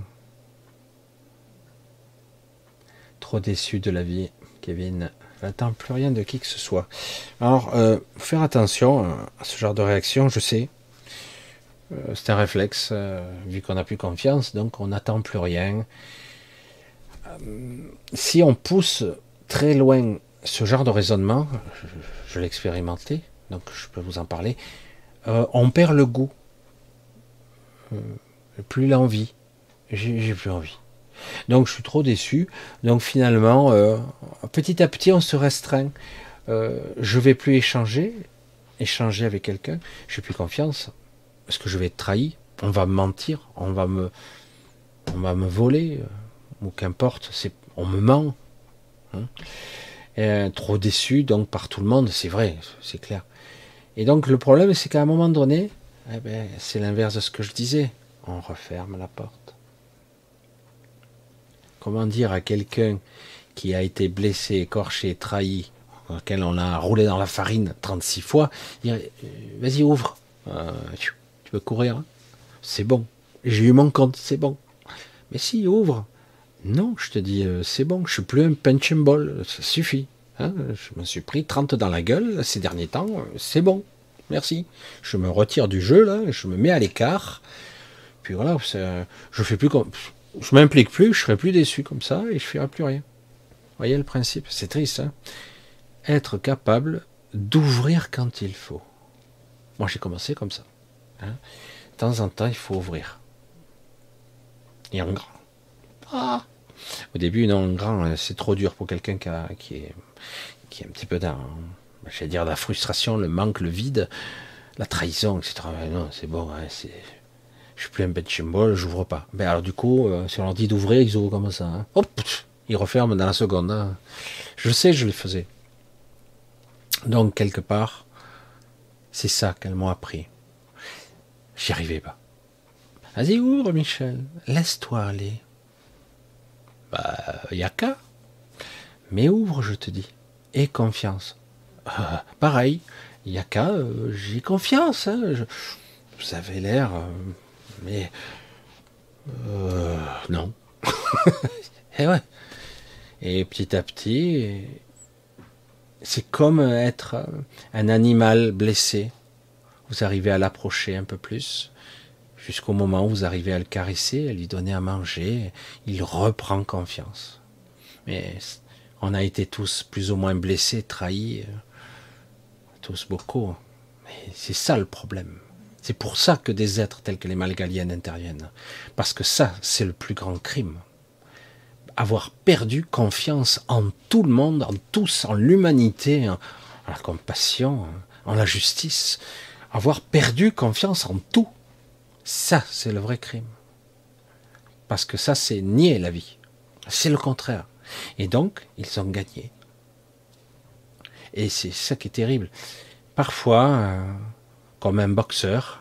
Trop déçu de la vie, Kevin. J'attends plus rien de qui que ce soit. Alors, euh, faire attention à ce genre de réaction, je sais. Euh, c'est un réflexe, euh, vu qu'on n'a plus confiance, donc on n'attend plus rien. Euh, si on pousse très loin ce genre de raisonnement, je, je l'ai expérimenté, donc je peux vous en parler, euh, on perd le goût. Euh, plus l'envie. J'ai, j'ai plus envie. Donc je suis trop déçu. Donc finalement, euh, petit à petit, on se restreint. Euh, je vais plus échanger. échanger avec quelqu'un, je n'ai plus confiance, parce que je vais être trahi, on va me mentir, on va me, on va me voler, ou qu'importe, c'est, on me ment. Hein. Et, trop déçu donc par tout le monde, c'est vrai, c'est clair. Et donc le problème, c'est qu'à un moment donné, eh ben, c'est l'inverse de ce que je disais, on referme la porte. Comment dire à quelqu'un qui a été blessé, écorché, trahi, auquel on a roulé dans la farine trente-six fois, dire, vas-y ouvre, euh, tu veux courir, hein, c'est bon, j'ai eu mon compte, c'est bon. Mais si, ouvre. Non, je te dis, euh, c'est bon, je suis plus un punching ball, ça suffit. Hein, je me suis pris trente dans la gueule ces derniers temps, euh, c'est bon, merci. Je me retire du jeu, là, je me mets à l'écart, puis voilà, je fais plus comme... Je m'implique plus, je serai plus déçu comme ça, et je ferai plus rien. Vous voyez le principe, c'est triste, hein. Être capable d'ouvrir quand il faut. Moi, j'ai commencé comme ça. Hein. De temps en temps, il faut ouvrir. Et en grand. Ah. Au début, non, en grand, c'est trop dur pour quelqu'un qui, a, qui, est, qui est un petit peu dans, je vais dire, la frustration, le manque, le vide, la trahison, et cetera. Non, c'est bon, hein, c'est... je suis plus un punching ball, j'ouvre pas. Ben alors du coup, euh, si on leur dit d'ouvrir, ils ouvrent comme ça. Hein. Hop, ils referment dans la seconde. Hein. Je sais, je le faisais. Donc, quelque part, c'est ça qu'elles m'ont appris. J'y arrivais pas. Vas-y, ouvre, Michel. Laisse-toi aller. Bah, y a qu'à. Mais ouvre, je te dis. Aie confiance. Euh, pareil, y a qu'à. Euh, j'ai confiance. Hein. Je, vous avez l'air... Euh, mais... Euh, non. Et ouais. Et petit à petit... C'est comme être un animal blessé. Vous arrivez à l'approcher un peu plus, jusqu'au moment où vous arrivez à le caresser, à lui donner à manger, il reprend confiance. Mais on a été tous plus ou moins blessés, trahis, tous beaucoup. Mais c'est ça le problème. C'est pour ça que des êtres tels que les Malgaliennes interviennent. Parce que ça, c'est le plus grand crime. Avoir perdu confiance en tout le monde, en tous, en l'humanité, en la compassion, en la justice. Avoir perdu confiance en tout. Ça, c'est le vrai crime. Parce que ça, c'est nier la vie. C'est le contraire. Et donc, ils ont gagné. Et c'est ça qui est terrible. Parfois, euh, comme un boxeur,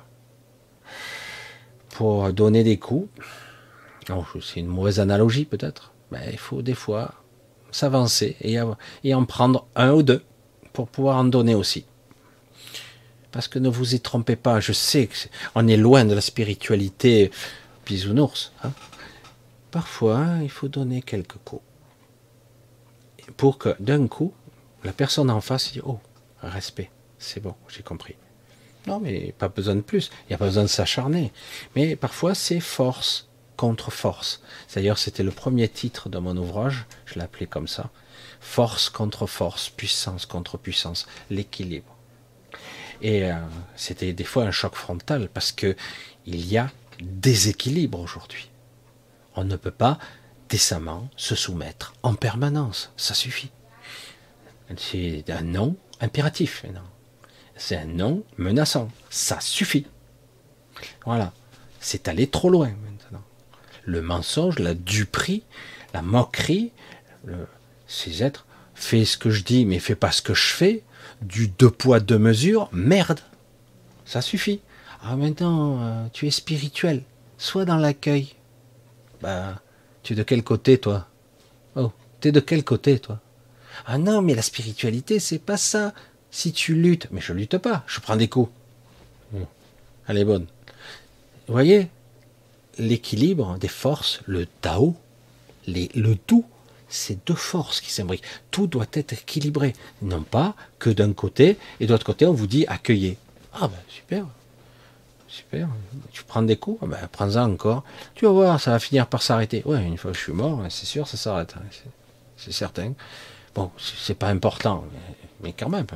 pour donner des coups, oh, c'est une mauvaise analogie peut-être, ben, il faut des fois s'avancer et, et en prendre un ou deux pour pouvoir en donner aussi. Parce que ne vous y trompez pas, je sais qu'on est loin de la spiritualité bisounours. Hein. Parfois, il faut donner quelques coups. Pour que d'un coup, la personne en face dit « Oh, respect, c'est bon, j'ai compris ». Non, mais pas besoin de plus, il n'y a pas besoin de s'acharner. Mais parfois, c'est force contre force. D'ailleurs, c'était le premier titre de mon ouvrage, je l'appelais comme ça. Force contre force, puissance contre puissance, l'équilibre. Et euh, c'était des fois un choc frontal, parce que il y a déséquilibre aujourd'hui. On ne peut pas décemment se soumettre en permanence, ça suffit. C'est un non impératif, non. C'est un non menaçant. Ça suffit. Voilà. C'est aller trop loin maintenant. Le mensonge, la duperie, la moquerie, le, ces êtres, fais ce que je dis, mais fais pas ce que je fais, du deux poids, deux mesures, merde. Ça suffit. Ah, maintenant, euh, tu es spirituel. Sois dans l'accueil. Bah, tu es de quel côté, toi? Oh, tu es de quel côté, toi? Ah non, mais la spiritualité, c'est pas ça. Si tu luttes, mais je lutte pas, je prends des coups. Elle est bonne. Vous voyez, l'équilibre des forces, le Tao, les, le tout, c'est deux forces qui s'imbriquent. Tout doit être équilibré, non pas que d'un côté, et de l'autre côté, on vous dit accueillez. Ah ben super, super. Tu prends des coups, ah ben prends-en encore. Tu vas voir, ça va finir par s'arrêter. Ouais, une fois que je suis mort, c'est sûr, ça s'arrête. C'est certain. Bon, c'est pas important, mais, mais quand même.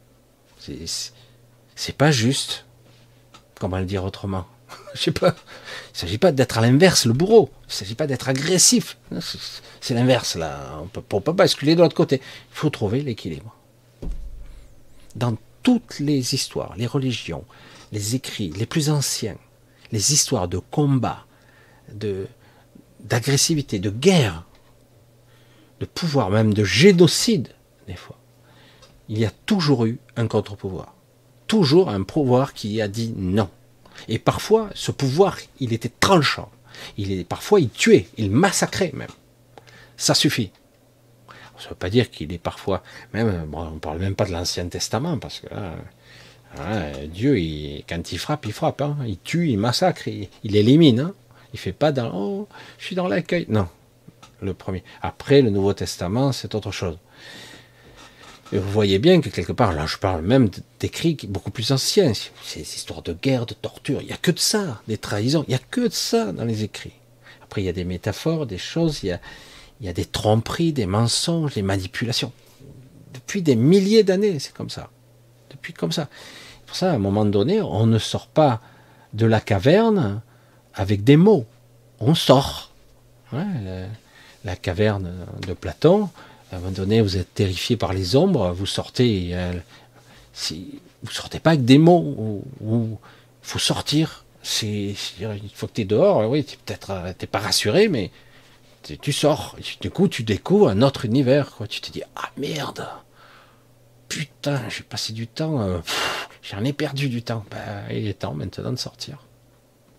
C'est pas juste. Comment le dire autrement? Je sais pas. Il ne s'agit pas d'être à l'inverse, le bourreau. Il ne s'agit pas d'être agressif. C'est l'inverse, là. On peut, on peut pas basculer de l'autre côté. Il faut trouver l'équilibre. Dans toutes les histoires, les religions, les écrits les plus anciens, les histoires de combat, de, d'agressivité, de guerre, de pouvoir, même de génocide, des fois, il y a toujours eu un contre-pouvoir. Toujours un pouvoir qui a dit non. Et parfois, ce pouvoir, il était tranchant. Il est, parfois, il tuait, il massacrait même. Ça suffit. Ça ne veut pas dire qu'il est parfois, même, bon, on ne parle même pas de l'Ancien Testament, parce que là, hein, Dieu, il, quand il frappe, il frappe. Hein. Il tue, il massacre, il, il élimine. Hein. Il ne fait pas dans, oh, je suis dans l'accueil. Non, le premier. Après, le Nouveau Testament, c'est autre chose. Et vous voyez bien que quelque part, là je parle même d'écrits beaucoup plus anciens, c'est des histoires de guerre, de torture, il n'y a que de ça, des trahisons, il n'y a que de ça dans les écrits. Après il y a des métaphores, des choses, il y a, il y a des tromperies, des mensonges, des manipulations. Depuis des milliers d'années, c'est comme ça. Depuis comme ça. Pour ça, à un moment donné, on ne sort pas de la caverne avec des mots. On sort. Ouais, la, la caverne de Platon, à un moment donné, vous êtes terrifié par les ombres, vous sortez, euh, si, vous sortez pas avec des mots, il faut sortir. C'est, une fois que tu es dehors, oui, tu peut-être, euh, t'es pas rassuré, mais tu, tu sors. Du coup, tu découvres un autre univers. Quoi. Tu te dis, ah merde, putain, j'ai passé du temps, euh, pff, j'en ai perdu du temps. Ben, il est temps maintenant de sortir. D'accord ?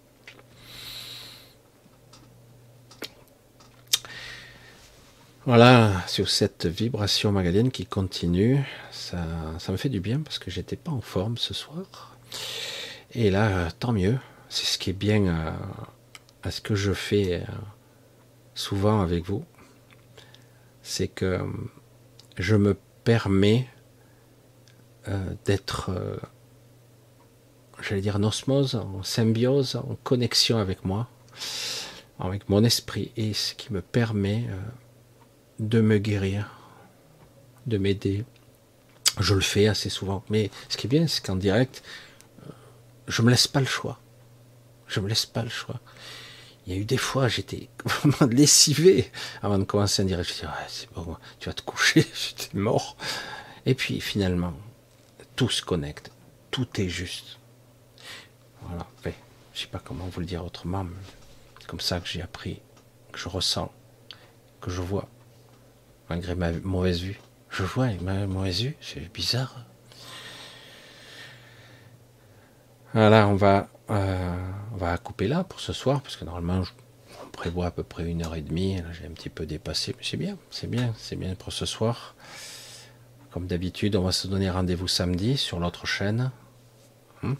Voilà, sur cette vibration magalienne qui continue, ça, ça me fait du bien parce que j'étais pas en forme ce soir. Et là, tant mieux. C'est ce qui est bien à, à ce que je fais souvent avec vous. C'est que je me permets euh, d'être, euh, j'allais dire en osmose, en symbiose, en connexion avec moi, avec mon esprit. Et ce qui me permet... Euh, de me guérir, de m'aider. Je le fais assez souvent. Mais ce qui est bien, c'est qu'en direct, je me laisse pas le choix. Je me laisse pas le choix. Il y a eu des fois, j'étais vraiment lessivé avant de commencer un direct. Je me dis, ouais, c'est bon, tu vas te coucher, j'étais mort. Et puis finalement, tout se connecte. Tout est juste. Voilà. Enfin, je sais pas comment vous le dire autrement, mais c'est comme ça que j'ai appris, que je ressens, que je vois. Malgré ma mauvaise vue. Je vois avec ma mauvaise vue, c'est bizarre. Voilà, on va, euh, on va couper là pour ce soir, parce que normalement, je, on prévoit à peu près une heure et demie. Là, j'ai un petit peu dépassé, mais c'est bien, c'est bien, c'est bien pour ce soir. Comme d'habitude, on va se donner rendez-vous samedi sur l'autre chaîne. Hum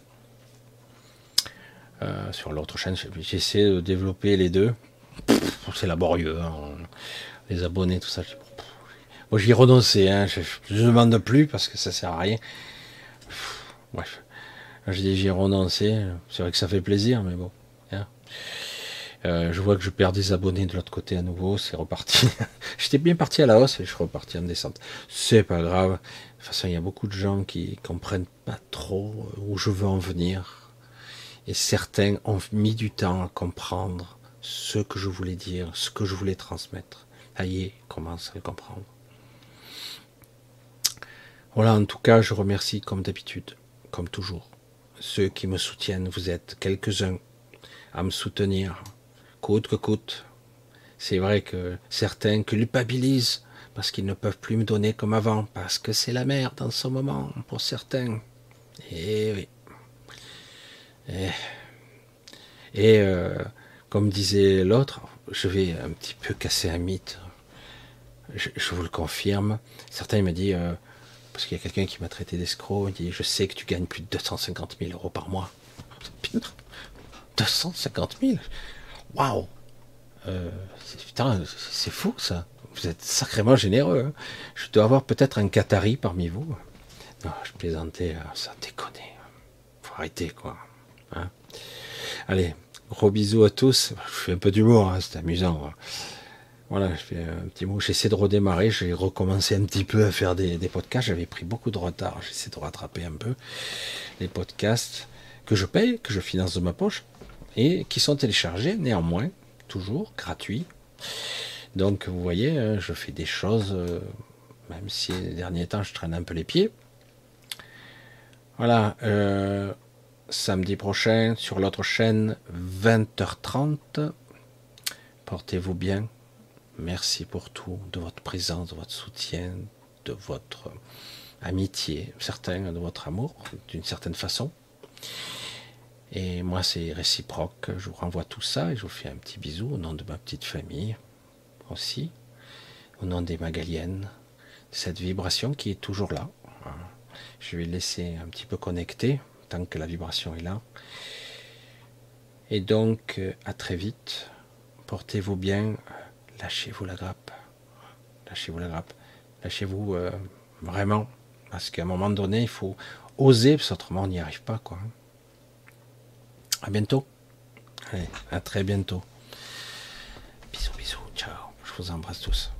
euh, sur l'autre chaîne, j'essaie de développer les deux. Pff, c'est laborieux, hein. Les abonnés, tout ça. Moi, j'y ai renoncé, hein. je ne demande plus parce que ça sert à rien. Bref, j'y ai renoncé. C'est vrai que ça fait plaisir, mais bon. Hein. Euh, je vois que je perds des abonnés de l'autre côté à nouveau, c'est reparti. J'étais bien parti à la hausse et je suis reparti en descente. C'est pas grave. De toute façon, il y a beaucoup de gens qui comprennent pas trop où je veux en venir. Et certains ont mis du temps à comprendre ce que je voulais dire, ce que je voulais transmettre. Ça y est, commence à le comprendre. Voilà, en tout cas, je remercie comme d'habitude, comme toujours, ceux qui me soutiennent. Vous êtes quelques-uns à me soutenir, coûte que coûte. C'est vrai que certains culpabilisent parce qu'ils ne peuvent plus me donner comme avant, parce que c'est la merde en ce moment pour certains. Et oui. Et, et euh, comme disait l'autre, je vais un petit peu casser un mythe. Je, je vous le confirme. Certains me disent, euh, parce qu'il y a quelqu'un qui m'a traité d'escroc, il dit, je sais que tu gagnes plus de deux cent cinquante mille euros par mois. Putain, deux cent cinquante mille. Waouh. Euh, putain, c'est fou ça. Vous êtes sacrément généreux. Hein. Je dois avoir peut-être un Qatari parmi vous. Non, je plaisantais, ça déconne. Faut arrêter quoi. Hein. Allez, gros bisous à tous. Je fais un peu d'humour, hein, c'est amusant. Hein. Voilà, je fais un petit mot. J'essaie de redémarrer. J'ai recommencé un petit peu à faire des, des podcasts. J'avais pris beaucoup de retard. J'essaie de rattraper un peu les podcasts que je paye, que je finance de ma poche et qui sont téléchargés néanmoins, toujours gratuits. Donc vous voyez, je fais des choses même si les derniers temps je traîne un peu les pieds. Voilà, euh, samedi prochain sur l'autre chaîne, vingt heures trente. Portez-vous bien. Merci pour tout, de votre présence, de votre soutien, de votre amitié, certains de votre amour, d'une certaine façon. Et moi, c'est réciproque. Je vous renvoie tout ça et je vous fais un petit bisou au nom de ma petite famille aussi, au nom des Magaliennes, cette vibration qui est toujours là. Je vais laisser un petit peu connecter tant que la vibration est là. Et donc, à très vite. Portez-vous bien. Lâchez-vous la grappe. Lâchez-vous la grappe. Lâchez-vous euh, vraiment. Parce qu'à un moment donné, il faut oser, parce qu'autrement, on n'y arrive pas, quoi. À bientôt. Allez, à très bientôt. Bisous, bisous. Ciao. Je vous embrasse tous.